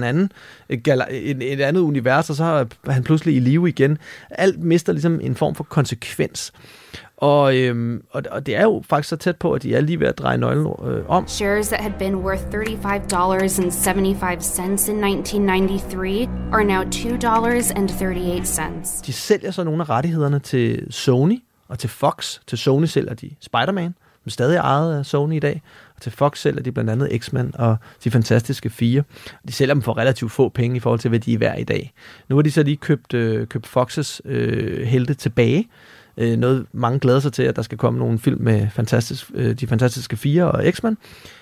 Speaker 4: et andet univers, og så er han pludselig i live igen. Alt mister ligesom en form for konsekvens. Og det er jo faktisk så tæt på, at de er lige ved at dreje nøglen om.
Speaker 22: Shares that had been worth $35.75 in 1993 are now $2.38.
Speaker 4: De sælger så nogle af rettighederne til Sony og til Fox. Til Sony sælger de Spider-Man, som stadig er ejet af Sony i dag. Og til Fox sælger de blandt andet X-Men og De Fantastiske Fire. De sælger dem for relativt få penge i forhold til, hvad de er værd i dag. Nu har de så lige købt Foxes helte tilbage. Noget mange glæder sig til, at der skal komme nogle film med De Fantastiske Fire og X-Men.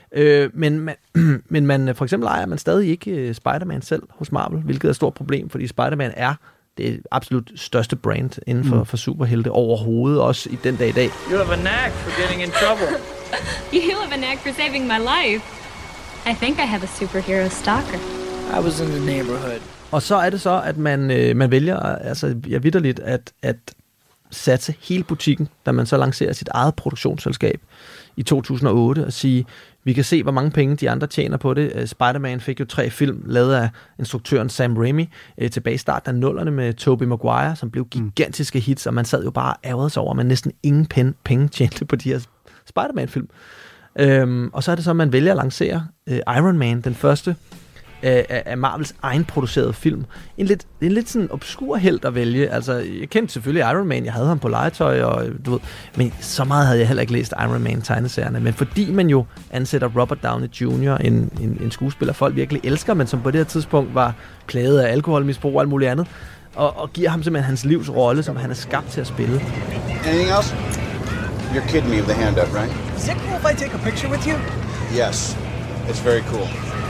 Speaker 4: Men man, for eksempel ejer man stadig ikke Spider-Man selv hos Marvel, hvilket er et stort problem, fordi Spider-Man er det absolut største brand inden for superhelte overhovedet, også i den dag i dag.
Speaker 23: You have a knack for getting in trouble.
Speaker 24: You have a knack for saving my life. I think I have a superhero stalker.
Speaker 23: I was in the neighborhood.
Speaker 4: Og så er det så, at man vælger, altså vitterligt, at satse hele butikken, da man så lancerer sit eget produktionsselskab i 2008, og sige, vi kan se, hvor mange penge de andre tjener på det. Spider-Man fik jo 3 film, lavet af instruktøren Sam Raimi, tilbage i starten af 00'erne med Tobey Maguire, som blev gigantiske hits, og man sad jo bare ærget sig over, at man næsten ingen penge tjente på de her Spider-Man-film. Og så er det så, at man vælger at lancere Iron Man, den første af Marvels egenproducerede film. En lidt sådan obskur helt at vælge. Altså, jeg kendte selvfølgelig Iron Man, jeg havde ham på legetøj, og du ved, men så meget havde jeg heller ikke læst Iron Man-tegneserierne. Men fordi man jo ansætter Robert Downey Jr., en skuespiller, folk virkelig elsker, men som på det her tidspunkt var plaget af alkoholmisbrug og alt muligt andet, og giver ham simpelthen hans livs rolle, som han er skabt til at spille.
Speaker 6: Anything else? You're kidding me with the hand up, right?
Speaker 23: Is it cool if I take a picture with you?
Speaker 6: Yes, it's very cool.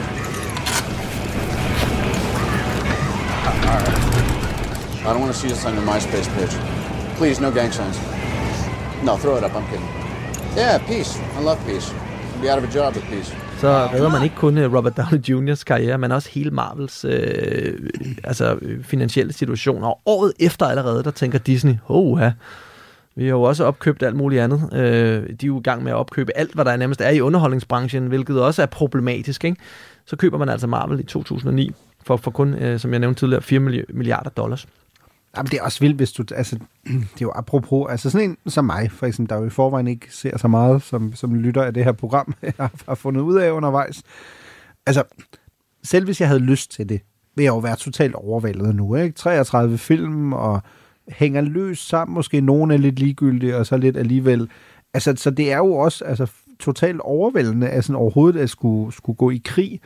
Speaker 6: I don't want to see this on your MySpace page. Please, no gang signs. No, throw it up. I'm kidding. Yeah, peace. I love peace. I'll be out of a job with peace.
Speaker 4: Så redder man ikke kun Robert Downey Jr.'s karriere, men også hele Marvels finansielle situation. Og året efter allerede, der tænker Disney, vi har jo også opkøbt alt muligt andet. De er jo i gang med at opkøbe alt, hvad der nærmest er i underholdningsbranchen, hvilket også er problematisk, ikke? Så køber man altså Marvel i 2009 for kun, som jeg nævnte tidligere, $4 milliarder.
Speaker 3: Jamen, det er også vildt, hvis du... Altså, det er jo apropos... Altså, sådan en som mig, for eksempel, der jo i forvejen ikke ser så meget, som lytter af det her program, jeg har fundet ud af undervejs. Altså, selv hvis jeg havde lyst til det, vil jeg jo være totalt overvældet nu, ikke? 33 film, og hænger løs sammen. Måske nogen er lidt ligegyldige, og så lidt alligevel. Altså, så det er jo også totalt overvældende, at sådan overhovedet at skulle gå i krig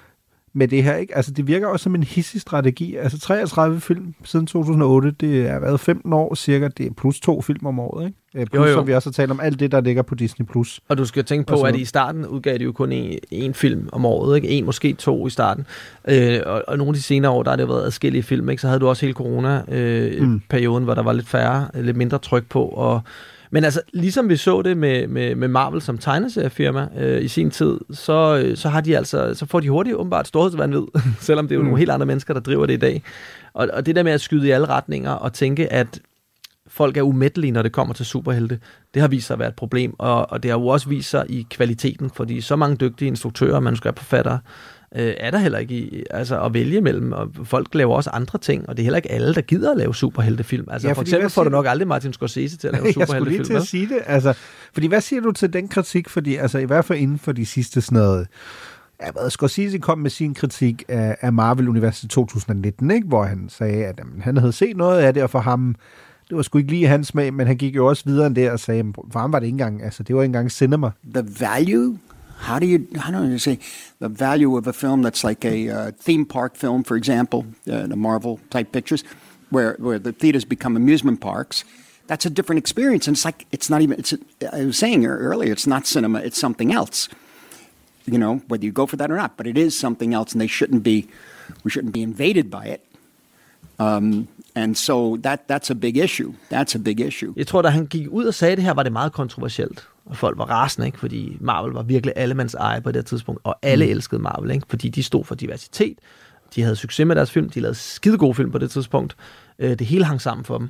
Speaker 3: med det her, ikke? Altså, det virker også som en hissig strategi. Altså, 33 film siden 2008, det har været 15 år cirka, det er plus 2 film om året, ikke? Plus, som vi også har talt om, alt det, der ligger på Disney+.
Speaker 4: Og du skal tænke på, at i starten udgav de jo kun én film om året, ikke? En, måske 2 i starten. Og nogle af de senere år, der har det været adskillige film, ikke? Så havde du også hele corona-perioden, hvor der var lidt færre, lidt mindre tryk på, men altså, ligesom vi så det med Marvel som tegneseriefirma i sin tid, så har de altså, så får de hurtigt åbenbart storhedsvanvid, selvom det er jo nogle helt andre mennesker, der driver det i dag. Og det der med at skyde i alle retninger og tænke, at folk er umættelige, når det kommer til superhelte, det har vist sig at være et problem, og det har jo også vist sig i kvaliteten, fordi så mange dygtige instruktører og manuskriptforfattere er der heller ikke at vælge mellem, og folk laver også andre ting, og det er heller ikke alle, der gider at lave superheltefilm. Altså ja, for eksempel får du nok aldrig Martin Scorsese til at lave superheltefilm. Jeg skulle lige til
Speaker 3: at sige det, altså, fordi hvad siger du til den kritik? Fordi altså, i hvert fald inden for de sidste sådan noget, Scorsese kom med sin kritik af Marvel-universet i 2019, ikke? Hvor han sagde, at han havde set noget af det, og for ham, det var sgu ikke lige hans smag, men han gik jo også videre end det og sagde, for ham var det ikke engang, altså det var ikke engang cinema.
Speaker 8: The value? How do you say the value of a film that's like a theme park film, for example, the Marvel type pictures, where the theaters become amusement parks? That's a different experience, and it's not even. I was saying earlier, it's not cinema; it's something else. You know, whether you go for that or not, but it is something else, and we shouldn't be invaded by it. And so that's a big issue. That's a big issue.
Speaker 4: Jeg tror, da han gik ud og sagde det her, var det meget kontroversielt. Og folk var rasende, ikke? Fordi Marvel var virkelig allemands eje på det tidspunkt, og alle elskede Marvel, ikke? Fordi de stod for diversitet, de havde succes med deres film, de lavede skide gode film på det tidspunkt. Det hele hang sammen for dem.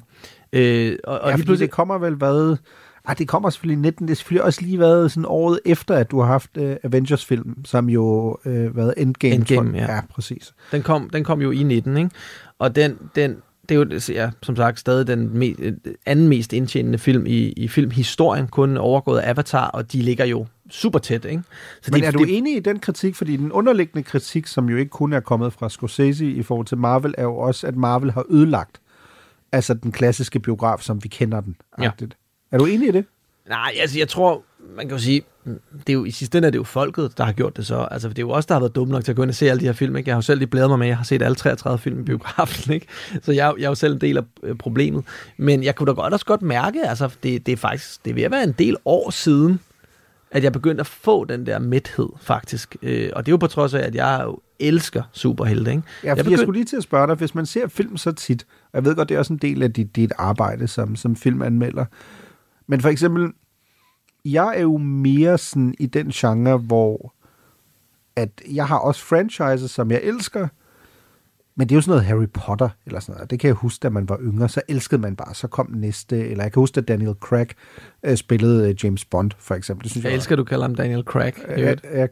Speaker 3: Og lige pludselig det kommer vel hvad... det kommer selvfølgelig i 19. Det er selvfølgelig også lige været sådan året efter, at du har haft Avengers-film, som jo været Endgame, ja, præcis.
Speaker 4: Den kom jo i 19, ikke? Og den det er jo, som sagt, stadig den anden mest indtjenende film i filmhistorien, kun overgået af Avatar, og de ligger jo super tæt, ikke? Så
Speaker 3: men er du enig i den kritik? Fordi den underliggende kritik, som jo ikke kun er kommet fra Scorsese i forhold til Marvel, er jo også, at Marvel har ødelagt altså den klassiske biograf, som vi kender den. Ja. Er du enig i det?
Speaker 4: Nej, altså jeg tror, man kan jo sige, det er jo, i sidste ende er det jo folket, der har gjort det så. Altså det er jo også der har været dumme nok til at gå ind og se alle de her film, ikke? Jeg har jo selv lige bladret mig med, jeg har set alle 33 film i biografen, ikke? Så jeg er jo selv en del af problemet. Men jeg kunne da også godt mærke, altså det er faktisk, det er ved at være en del år siden, at jeg begyndte at få den der mæthed, faktisk. Og det er jo på trods af, at jeg jo elsker superhelte, ikke?
Speaker 3: Ja, jeg skulle lige til at spørge dig, hvis man ser film så tit, og jeg ved godt, det er også en del af dit arbejde som filmanmelder, men for eksempel, jeg er jo mere sådan i den genre, hvor at jeg har også franchises, som jeg elsker, men det er jo sådan noget Harry Potter, eller sådan noget. Det kan jeg huske, da man var yngre, så elskede man bare, så kom næste, eller jeg kan huske, at Daniel Craig spillede James Bond, for eksempel. Det synes
Speaker 4: jeg elsker, du kalder ham Daniel Craig.
Speaker 3: Ja,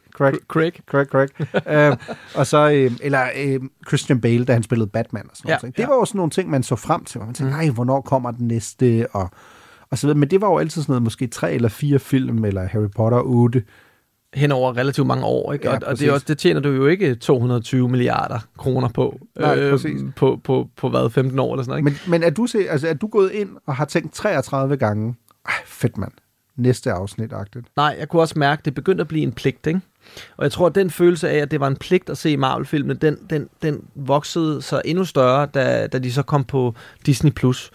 Speaker 3: Craig. Og så, Christian Bale, da han spillede Batman og sådan noget. Det var jo sådan nogle ting, man så frem til, hvor man tænkte, nej, hvornår kommer den næste, og så videre. Men det var jo altid sådan noget, måske 3 eller 4 film, eller Harry Potter 8.
Speaker 4: Hen over relativt mange år, ikke? Ja, og det tjener du jo ikke 220 milliarder kroner på.
Speaker 3: Nej,
Speaker 4: på hvad, 15 år eller sådan noget, ikke?
Speaker 3: Men er du gået ind og har tænkt 33 gange, fedt mand, næste afsnit-agtigt?
Speaker 4: Nej, jeg kunne også mærke, at det begyndte at blive en pligt, ikke? Og jeg tror, at den følelse af, at det var en pligt at se Marvel-filmene, den voksede så endnu større, da de så kom på Disney+.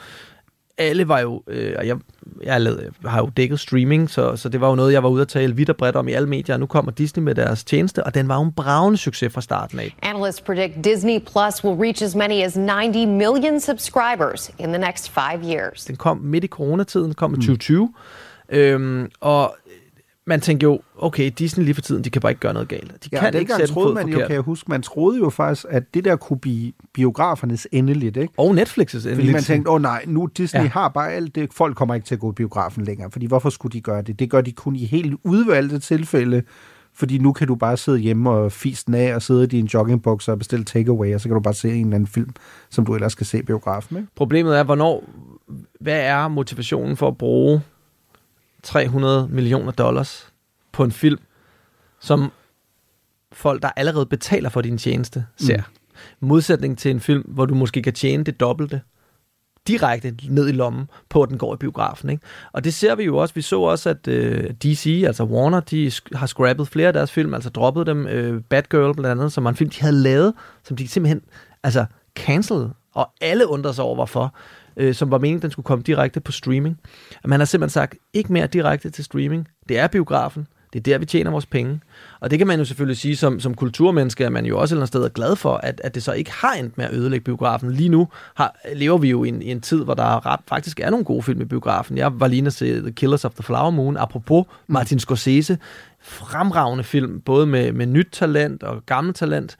Speaker 4: Alle var jo, og jeg har jo dækket streaming, så det var jo noget, jeg var ude at tale vidt og bredt om i alle medier, og nu kommer Disney med deres tjeneste, og den var jo en bragende succes fra starten af.
Speaker 12: Analysts predict Disney Plus will reach as many as 90 million subscribers in the next 5 years.
Speaker 4: Den kom midt i coronatiden, kom i 2020, Og man tænker jo, okay, Disney lige for tiden, de kan bare ikke gøre noget galt. De kan ikke sætte fod forkert.
Speaker 3: Kan jeg huske, man troede jo faktisk, at det der kunne blive biografernes endeligt, ikke?
Speaker 4: Og Netflix's endeligt.
Speaker 3: Fordi man tænkte, nej, nu Disney har bare alt det, folk kommer ikke til at gå i biografen længere, fordi hvorfor skulle de gøre det? Det gør de kun i helt udvalgte tilfælde, fordi nu kan du bare sidde hjemme og fise den af og sidde i din joggingbukser og bestille takeaway, og så kan du bare se en eller anden film, som du ellers skal se i biografen, ikke?
Speaker 4: Problemet er, hvad er motivationen for at bruge $300 million på en film, som folk, der allerede betaler for din tjeneste, ser. Modsætning til en film, hvor du måske kan tjene det dobbelte direkte ned i lommen på, at den går i biografen. Ikke? Og det ser vi jo også. Vi så også, at DC, altså Warner, de har scrappet flere af deres film, altså droppet dem. Batgirl blandt andet, som var en film, de havde lavet, som de simpelthen cancelled, og alle undrede sig over, hvorfor. Som var meningen, den skulle komme direkte på streaming. Man har simpelthen sagt, ikke mere direkte til streaming. Det er biografen. Det er der, vi tjener vores penge. Og det kan man jo selvfølgelig sige, som kulturmenneske, at man jo også et eller andet sted er glad for, at det så ikke har endt med at ødelægge biografen. Lige nu lever vi jo i en tid, hvor der faktisk er nogle gode film i biografen. Jeg var lige at se The Killers of the Flower Moon, apropos Martin Scorsese. Fremragende film, både med nyt talent og gammelt talent.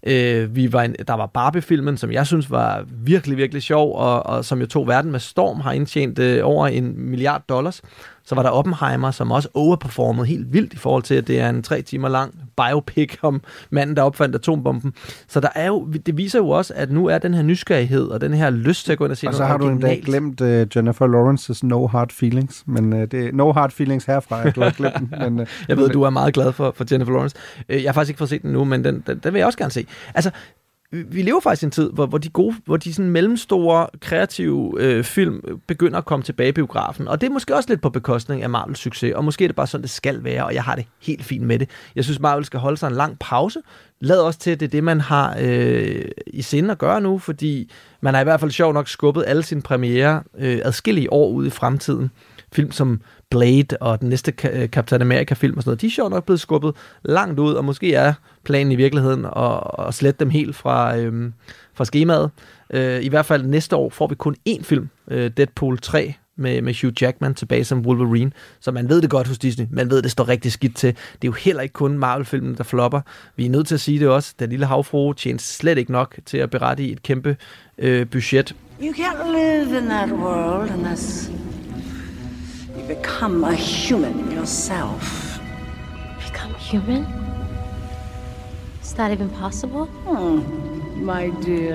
Speaker 4: Der var Barbie-filmen, som jeg synes var virkelig, virkelig sjov, og som jo tog verden med storm, har indtjent over $1 milliard. Så var der Oppenheimer, som også overperformede helt vildt i forhold til, at det er en 3 timer lang biopic om manden, der opfandt atombomben. Så der er jo, det viser jo også, at nu er den her nysgerrighed og den her lyst til at gå ind og se noget
Speaker 3: originalt. Og så har du endda glemt Jennifer Lawrence's No Hard Feelings, men det er No Hard Feelings herfra, at du har glemt den. Men,
Speaker 4: jeg ved, du er meget glad for Jennifer Lawrence. Jeg har faktisk ikke fået set den nu, men den vil jeg også gerne se. Altså, vi lever faktisk i en tid, hvor de sådan mellemstore, kreative film begynder at komme tilbage i biografen. Og det er måske også lidt på bekostning af Marvels succes, og måske er det bare sådan, det skal være, og jeg har det helt fint med det. Jeg synes, Marvel skal holde sig en lang pause. Lad også til, at det er det, man har i sinde at gøre nu, fordi man har i hvert fald sjovt nok skubbet alle sine premiere adskillige år ud i fremtiden. Film som Blade og den næste Captain America-film og sådan noget, de er sjovt nok blevet skubbet langt ud, og måske er planen i virkeligheden at slette dem helt fra skemaet. I hvert fald næste år får vi kun én film, Deadpool 3, med Hugh Jackman tilbage som Wolverine, så man ved det godt hos Disney, man ved, det står rigtig skidt til. Det er jo heller ikke kun Marvel-filmen, der flopper. Vi er nødt til at sige det også. Den lille havfrue tjener slet ikke nok til at berette i et kæmpe budget.
Speaker 1: You can't live in that world unless you become a human yourself.
Speaker 24: Become human? Is that even possible?
Speaker 1: My dear.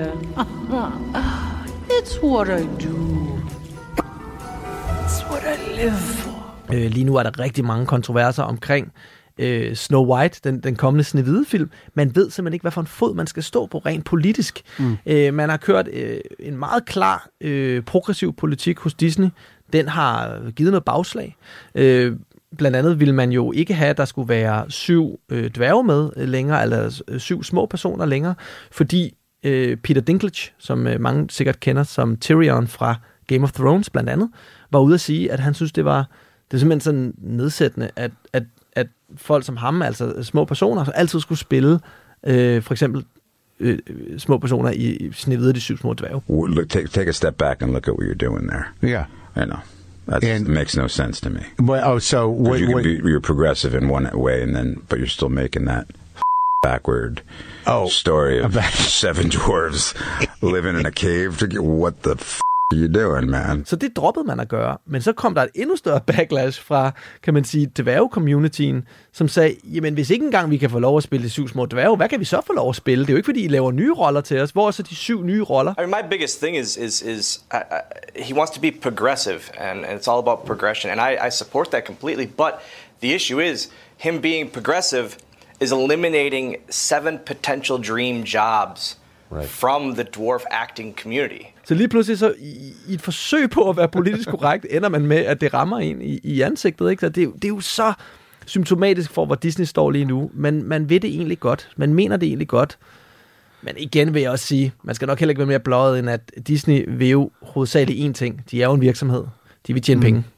Speaker 1: It's what I do. It's what I live for.
Speaker 4: Lige nu er der rigtig mange kontroverser omkring Snow White, den kommende Snehvide-film. Man ved simpelthen ikke, hvad for en fod man skal stå på rent politisk. Man har kørt en meget klar progressiv politik hos Disney. Den har givet noget bagslag. Blandt andet ville man jo ikke have, at der skulle være 7 dværge med længere, eller 7 små personer længere, fordi Peter Dinklage, som mange sikkert kender som Tyrion fra Game of Thrones blandt andet, var ude at sige, at han synes, det er simpelthen sådan nedsættende, at folk som ham, altså små personer, altid skulle spille for eksempel små personer i Snehvide og de 7 små dværge.
Speaker 6: Take a step back and look at what you're doing there.
Speaker 9: Yeah.
Speaker 6: I know. That makes no sense to me.
Speaker 9: Well,
Speaker 6: You're progressive in one way, but you're still making that backward story of 7 dwarves living in a cave. What the you doing, man?
Speaker 4: Så det droppede man at gøre, men så kom der et endnu større backlash fra, kan man sige, dværge-communityen, som sagde, jamen hvis ikke engang vi kan få lov at spille de 7 små dværge, hvad kan vi så få lov at spille? Det er jo ikke, fordi I laver nye roller til os. Hvor er så de 7 nye roller?
Speaker 10: I mean, my biggest thing is he wants to be progressive, and it's all about progression, and I support that completely, but the issue is him being progressive is eliminating 7 potential dream jobs from the dwarf acting community.
Speaker 4: Så lige pludselig så i et forsøg på at være politisk korrekt, ender man med, at det rammer en i ansigtet. Ikke? Så det er jo så symptomatisk for, hvor Disney står lige nu. Men man ved det egentlig godt. Man mener det egentlig godt. Men igen vil jeg også sige, man skal nok heller ikke være mere bløjet, end at Disney vil jo hovedsageligt én ting. De er jo en virksomhed. De vil tjene penge.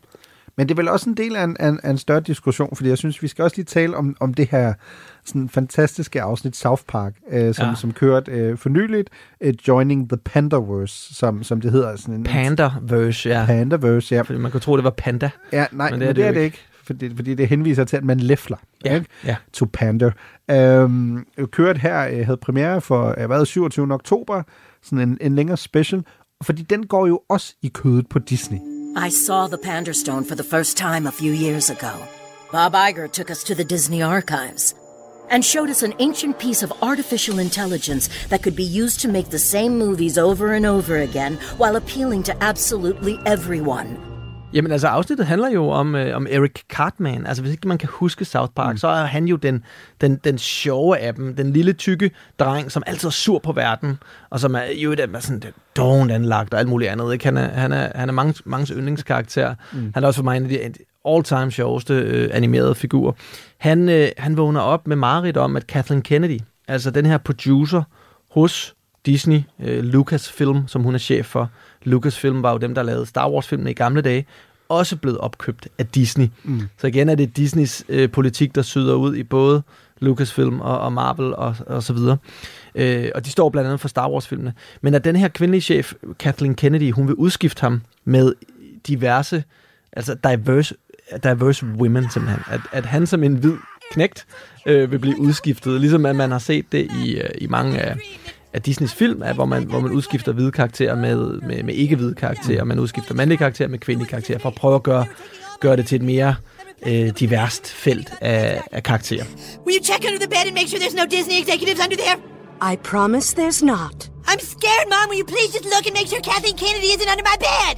Speaker 3: Men det er vel også en del af en større diskussion, fordi jeg synes, vi skal også lige tale om det her sådan fantastiske afsnit South Park, som kørte fornyligt, Joining the Pandaverse, som det hedder. Sådan en
Speaker 4: Pandaverse, ja.
Speaker 3: Pandaverse, ja.
Speaker 4: Fordi man kunne tro, det var panda.
Speaker 3: Ja, nej, men det er det ikke. Fordi det henviser til, at man læfler.
Speaker 4: Ja.
Speaker 3: To pander. Kørt her havde premiere for 27. oktober, sådan en længere special, fordi den går jo også i kødet på Disney.
Speaker 7: I saw the Panderstone for the first time a few years ago. Bob Iger took us to the Disney archives and showed us an ancient piece of artificial intelligence that could be used to make the same movies over and over again while appealing to absolutely everyone.
Speaker 4: Jamen altså, afsnittet handler jo om Eric Cartman. Altså, hvis ikke man kan huske South Park, så er han jo den sjove af dem. Den lille, tykke dreng, som altid er sur på verden, og som er jo sådan dovent anlagt og alt muligt andet. Ikke? Han er manges yndlingskarakter. Han er også for mig en af de all-time sjoveste animerede figurer. Han vågner op med mareridt om, at Kathleen Kennedy, altså den her producer hos Disney, Lucasfilm, som hun er chef for. Lucasfilm var jo dem, der lavede Star Wars-filmene i gamle dage, også blevet opkøbt af Disney. Så igen er det Disneys politik, der syder ud i både Lucasfilm og Marvel og så videre. Og de står blandt andet for Star Wars-filmene. Men at den her kvindelige chef, Kathleen Kennedy, hun vil udskifte ham med diverse, altså diverse women simpelthen. At han som en hvid knægt vil blive udskiftet, ligesom at man har set det i mange af Disneys film, hvor man udskifter hvide karakterer med ikke-hvide karakterer, man udskifter mandlige karakterer med kvindelige karakterer, for at prøve at gøre det til et mere diverst felt af karakterer.
Speaker 9: Will you check under the bed and make sure there's no Disney executives under there?
Speaker 11: I promise there's not.
Speaker 9: I'm scared, Mom. Will you please just look and make sure Kathleen Kennedy isn't under my bed?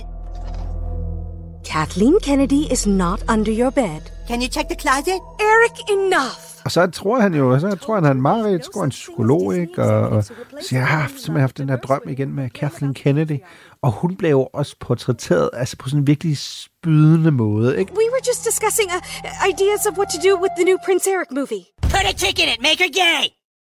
Speaker 11: Kathleen Kennedy is not under your bed.
Speaker 9: Can you check the closet?
Speaker 11: Eric, enough!
Speaker 3: Og så tror han har en mareridt, så går en psykolog, ikke? Og siger, jeg har simpelthen haft den her drøm igen med Kathleen Kennedy. Og hun blev jo også portrætteret altså på sådan en virkelig spydende måde, ikke?
Speaker 11: We were just discussing ideas of what to do with the new Prince Eric movie.
Speaker 9: Put a chick in it, make her gay!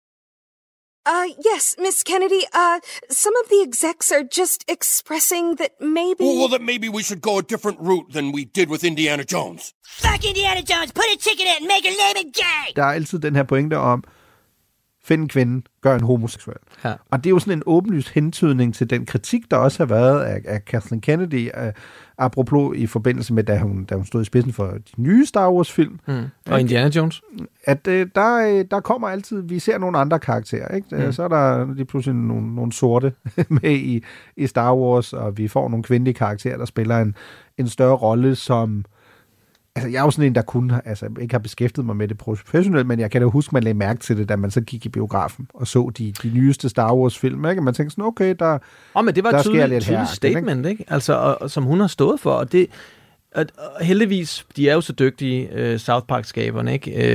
Speaker 11: Yes, Miss Kennedy, some of the execs are just expressing that maybe...
Speaker 13: Well, that maybe we should go a different route than we did with Indiana Jones.
Speaker 9: Fuck Indiana Jones! Put a chick in it and make her name it gay!
Speaker 3: Der er altid den her pointe om, find en kvinde, gør en homoseksuel. Ja. Og det er jo sådan en åbenlys hentydning til den kritik, der også har været af Kathleen Kennedy, apropos i forbindelse med, da hun stod i spidsen for de nye Star Wars-film.
Speaker 4: Og Indiana Jones.
Speaker 3: At der kommer altid, vi ser nogle andre karakterer, ikke? Så er der lige pludselig nogle sorte med i Star Wars, og vi får nogle kvindelige karakterer, der spiller en større rolle, som... Altså, jeg er jo sådan en, der ikke har beskæftiget mig med det professionelt, men jeg kan da huske, man lagde mærke til det, da man så gik i biografen og så de nyeste Star Wars-film, ikke? Og man tænkte sådan, okay,
Speaker 4: men det var et tydeligt statement, ikke? Altså, som hun har stået for, og det... Og heldigvis, de er jo så dygtige, South Park-skaberne,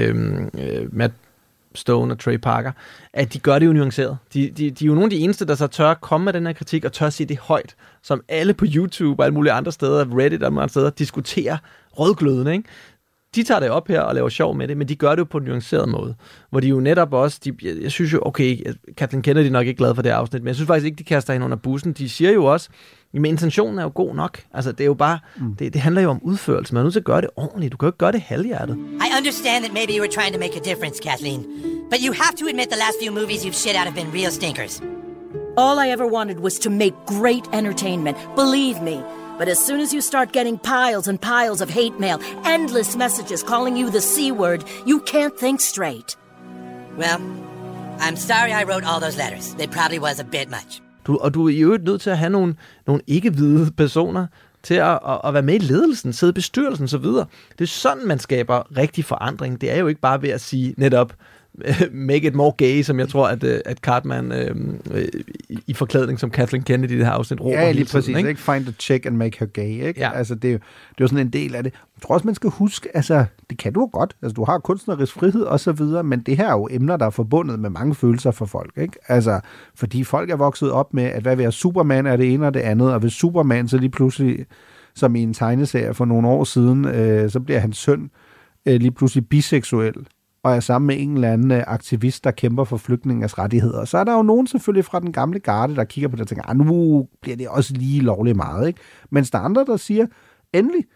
Speaker 4: ikke? Matt Stone og Trey Parker, at de gør det jo nuanceret. De er jo nogle af de eneste, der så tør komme med den her kritik, og tør sige det højt, som alle på YouTube og alle mulige andre steder, Reddit og andre steder, diskuterer rødglødende, ikke? De tager det op her og laver sjov med det, men de gør det jo på en nuanceret måde, hvor de jo netop også, jeg synes jo, okay, Kathleen Kennedy er nok ikke glad for det afsnit, men jeg synes faktisk ikke, de kaster hende under bussen. De siger jo også, men intentionen er jo god nok. Altså, det er jo bare, det handler jo om udførelse. Man er nødt til at gøre det ordentligt. Du kan jo ikke gøre det halvhjertet.
Speaker 9: I understand that maybe you were trying to make a difference, Kathleen. But you have to admit the last few movies you've shit out have been real stinkers.
Speaker 7: All I ever wanted was to make great entertainment. Believe me. But as soon as you start getting piles and piles of hate mail, endless messages calling you the C word, you can't think straight.
Speaker 9: Well, I'm sorry I wrote all those letters. It probably was a bit much.
Speaker 4: Du er jo nødt til at have nogle ikke-hvide personer til at være med i ledelsen, sidde i bestyrelsen osv. Det er sådan, man skaber rigtig forandring. Det er jo ikke bare ved at sige netop, make it more gay, som jeg tror, at Cartman i forklædning som Kathleen Kennedy i det her afsnit råber
Speaker 3: hele tiden. Præcis, ikke? Find a chick and make her gay, ikke? Ja. Altså, det er jo sådan en del af det. Jeg tror også, man skal huske, altså, det kan du jo godt. Altså, du har kunstnerisk frihed og så videre, men det her er jo emner, der er forbundet med mange følelser for folk, ikke? Altså, fordi folk er vokset op med, at hvad ved Superman er det ene og det andet, og hvis Superman så lige pludselig, som i en tegneserie for nogle år siden, så bliver hans søn lige pludselig biseksuel, og er sammen med en eller anden aktivist, der kæmper for flygtningers rettigheder. Så er der jo nogen selvfølgelig fra den gamle garde, der kigger på det og tænker, nu bliver det også lige lovligt meget, ikke? Mens der er andre, der siger, endelig,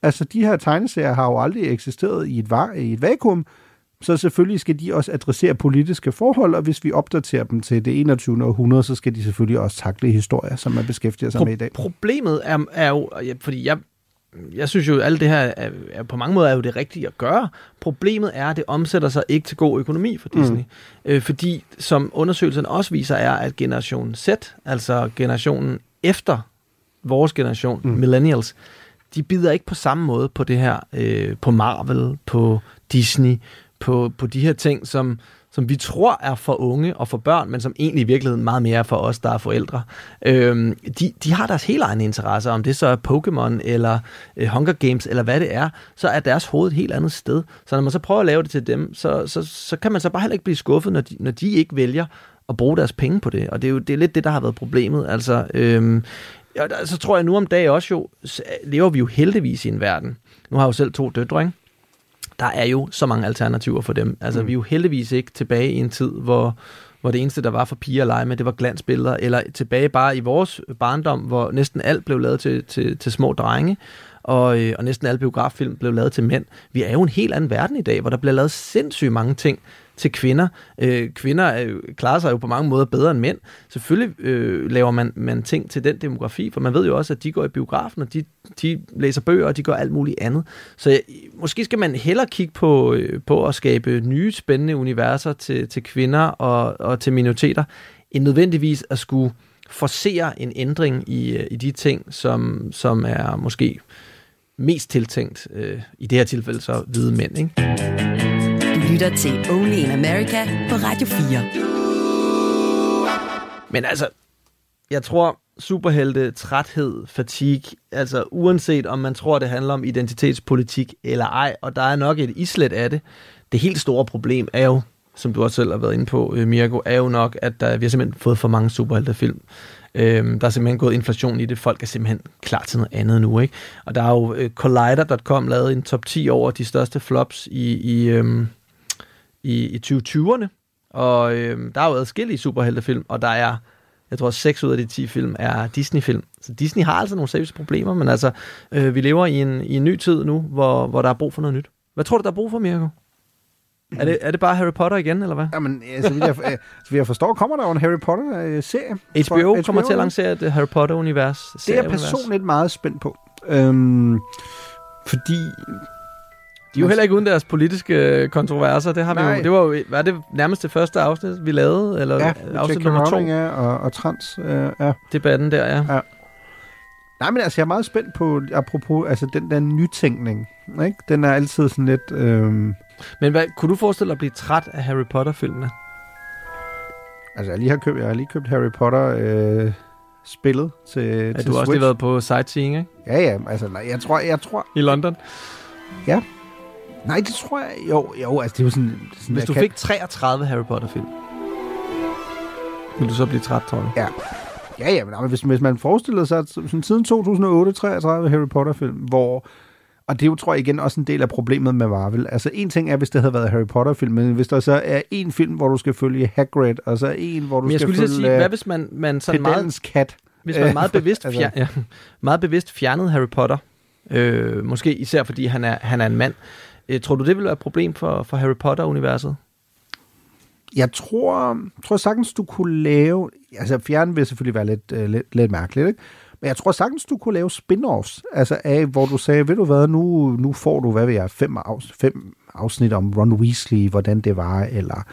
Speaker 3: Altså, de her tegneserier har jo aldrig eksisteret i et vakuum, så selvfølgelig skal de også adressere politiske forhold, og hvis vi opdaterer dem til det 21. århundrede, så skal de selvfølgelig også takle historier, som man beskæftiger sig med i dag.
Speaker 4: Problemet er jo, fordi jeg synes jo, at alt det her er på mange måder er jo det rigtige at gøre. Problemet er, at det omsætter sig ikke til god økonomi for Disney. Fordi, som undersøgelsen også viser, er, at generation Z, altså generationen efter vores generation, millennials, de bider ikke på samme måde på det her, på Marvel, på Disney, på de her ting, som vi tror er for unge og for børn, men som egentlig i virkeligheden meget mere er for os, der er forældre. De har deres helt egne interesser, om det så er Pokémon eller Hunger Games eller hvad det er, så er deres hoved et helt andet sted. Så når man så prøver at lave det til dem, så kan man så bare heller ikke blive skuffet, når de ikke vælger at bruge deres penge på det. Og det er lidt det, der har været problemet. Altså, så tror jeg nu om dagen også jo, lever vi jo heldigvis i en verden. Nu har jeg jo selv 2 døtre, ikke? Der er jo så mange alternativer for dem. Altså, vi er jo heldigvis ikke tilbage i en tid, hvor det eneste, der var for piger at lege med, det var glansbilleder, eller tilbage bare i vores barndom, hvor næsten alt blev lavet til små drenge, og næsten alle biograffilm blev lavet til mænd. Vi er jo en helt anden verden i dag, hvor der bliver lavet sindssygt mange ting til kvinder. Kvinder klarer sig jo på mange måder bedre end mænd. Selvfølgelig laver man ting til den demografi, for man ved jo også, at de går i biografen, og de læser bøger, og de gør alt muligt andet. Så måske skal man hellere kigge på at skabe nye, spændende universer til kvinder og til minoriteter, end nødvendigvis at skulle forcere en ændring i de ting, som er måske mest tiltænkt, i det her tilfælde så hvide mænd, ikke?
Speaker 14: Du lytter til Only in America på Radio 4.
Speaker 4: Men altså, jeg tror, superhelte, træthed, fatigue, altså uanset om man tror, det handler om identitetspolitik eller ej, og der er nok et islet af det. Det helt store problem er jo, som du også selv har været inde på, Mirko, er jo nok, at vi har simpelthen fået for mange superheltefilm. Der er simpelthen gået inflation i det. Folk er simpelthen klar til noget andet nu, ikke? Og der er jo Collider.com lavet en top 10 over de største flops i 2020'erne. Og der er jo adskillige superheltefilm, og der er, jeg tror, 6 ud af de 10 film er Disney-film. Så Disney har altså nogle seriøse problemer, men altså, vi lever i en ny tid nu, hvor der er brug for noget nyt. Hvad tror du, der er brug for, Mirko? Er det bare Harry Potter igen, eller hvad? Jamen, så vidt jeg forstår, kommer der jo en Harry Potter-serie. HBO kommer til at lancere et Harry Potter-univers. Det er jeg personligt meget spændt på. Fordi de er jo heller ikke uden deres politiske kontroverser. Det har vi jo. Det var jo det nærmest det første afsnit, vi lavede, eller ja, afsnit nummer 2. Ja, og trans. Ja. Debatten der, ja. Nej, men altså, jeg er meget spændt på, apropos altså, den der nytænkning. Ikke? Den er altid sådan lidt... Men kunne du forestille dig at blive træt af Harry Potter-filmene? Altså, jeg har lige købt Harry Potter spillet til du har også lige været på sightseeing, ikke? Ja, altså, jeg tror... I London? Ja. Nej, det tror jeg... Jo, altså, det er jo sådan hvis du fik 33 Harry Potter-film, ville du så blive træt, tror du? Ja. Ja, men hvis man forestiller sig, at sådan, siden 2008, 33 Harry Potter-film, hvor... Og det er jo, tror jeg, igen også en del af problemet med Marvel. Altså, en ting er, hvis det havde været Harry Potter-film, men hvis der så er en film, hvor du skal følge Hagrid, og så en, hvor du skal følge... sige, hvad hvis man sådan meget... kat? Hvis man meget bevidst fjernede Harry Potter, måske især fordi han er en mand, tror du, det ville være et problem for Harry Potter-universet? Jeg tror sagtens, du kunne lave... Altså, fjerne vil selvfølgelig være lidt mærkeligt, ikke? Men jeg tror sagtens, du kunne lave spin-offs, altså af, hvor du sagde, ved du hvad, nu får du, hvad ved jeg, 5 afsnit om Ron Weasley, hvordan det var, eller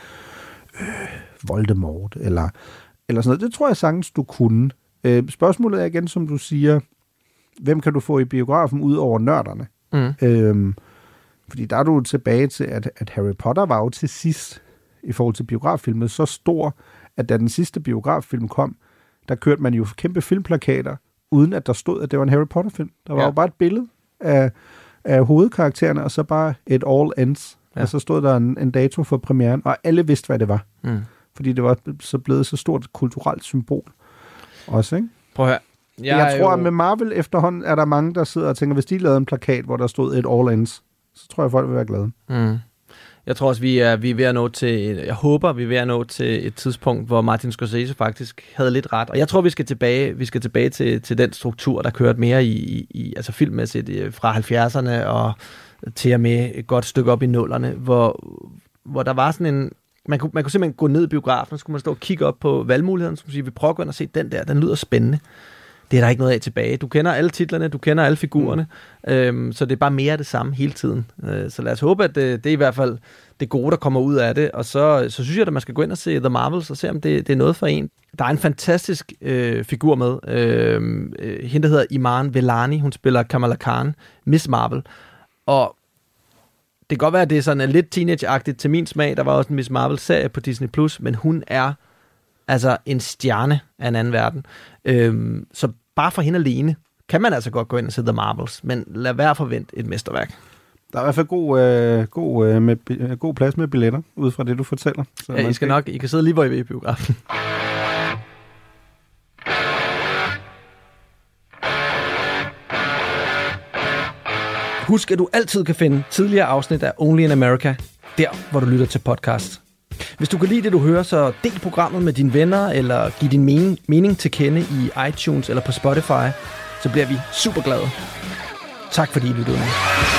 Speaker 4: Voldemort, eller sådan noget. Det tror jeg sagtens, du kunne. Spørgsmålet er igen, som du siger, hvem kan du få i biografen ud over nørderne? Fordi der er du tilbage til, at Harry Potter var jo til sidst, i forhold til biograffilmet, så stor, at da den sidste biograffilm kom, der kørte man jo kæmpe filmplakater, uden at der stod, at det var en Harry Potter-film. Der var jo bare et billede af hovedkaraktererne, og så bare et all ends. Ja. Og så stod der en dato for premieren, og alle vidste, hvad det var. Fordi det var så blevet så stort et kulturelt symbol. Også, ikke? Prøv at høre. Jeg tror, at med Marvel efterhånden er der mange, der sidder og tænker, hvis de lavede en plakat, hvor der stod et all ends, så tror jeg, folk vil være glade. Jeg tror også, vi er ved at nå til, jeg håber, vi er ved at nå til et tidspunkt, hvor Martin Scorsese faktisk havde lidt ret. Og jeg tror, vi skal tilbage til den struktur, der kørte mere i altså filmmæssigt fra 70'erne og til og med et godt stykke op i 0'erne, hvor der var sådan en, man kunne simpelthen gå ned i biografen, så skulle man stå og kigge op på valgmulighederne, så skulle man sige, vi prøver at gå ind og se den der, den lyder spændende. Det er der ikke noget af tilbage. Du kender alle titlerne, du kender alle figurerne, så det er bare mere af det samme hele tiden. Så lad os håbe, at det er i hvert fald det gode, der kommer ud af det. Og så synes jeg, at man skal gå ind og se The Marvels og se, om det er noget for en. Der er en fantastisk figur med. Hende, der hedder Iman Vellani. Hun spiller Kamala Khan, Miss Marvel. Og det kan godt være, at det er sådan lidt teenage-agtigt til min smag. Der var også en Miss Marvel-serie på Disney+, men hun er altså en stjerne af en anden verden. Så bare for hende alene kan man altså godt gå ind og se The Marvels, men lad være forvente et mesterværk.
Speaker 3: Der er i hvert fald god plads med billetter, ud fra det, du fortæller. Så
Speaker 4: ja, I kan sidde lige, hvor I vil i biografen. Husk, at du altid kan finde tidligere afsnit af Only in America, der hvor du lytter til podcast. Hvis du kan lide det, du hører, så del programmet med dine venner, eller giv din mening til kende i iTunes eller på Spotify, så bliver vi super glade. Tak fordi I lyttede med.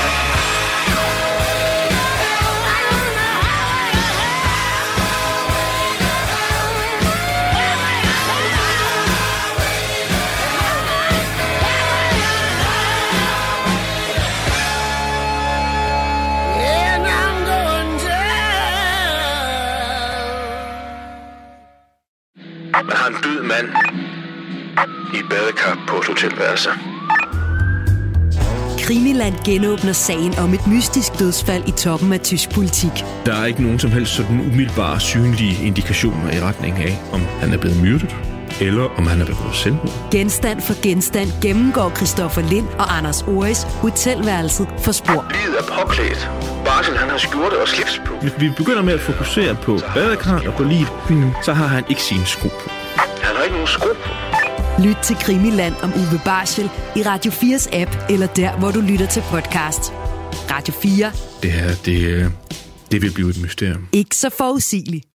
Speaker 15: Man har en død mand i et badekar på et hotelværelse.
Speaker 14: Krimiland genåbner sagen om et mystisk dødsfald i toppen af tysk politik.
Speaker 16: Der er ikke nogen som helst sådan umiddelbare synlige indikationer i retning af, om han er blevet myrdet, eller om han er begået selvmord.
Speaker 14: Genstand for genstand gennemgår Christoffer Lind og Anders Oris hotelværelset for spor.
Speaker 15: Liget er påklædt. Barsel, han har skjorte og slips på.
Speaker 16: Hvis vi begynder med at fokusere på badekarret og på liget, så har han ikke sine sko på.
Speaker 15: Han har ikke nogen sko på.
Speaker 14: Lyt til Krimiland om Uwe Barschel i Radio 4's app, eller der, hvor du lytter til podcast. Radio 4.
Speaker 16: Det her, det vil blive et mysterium.
Speaker 14: Ikke så forudsigeligt.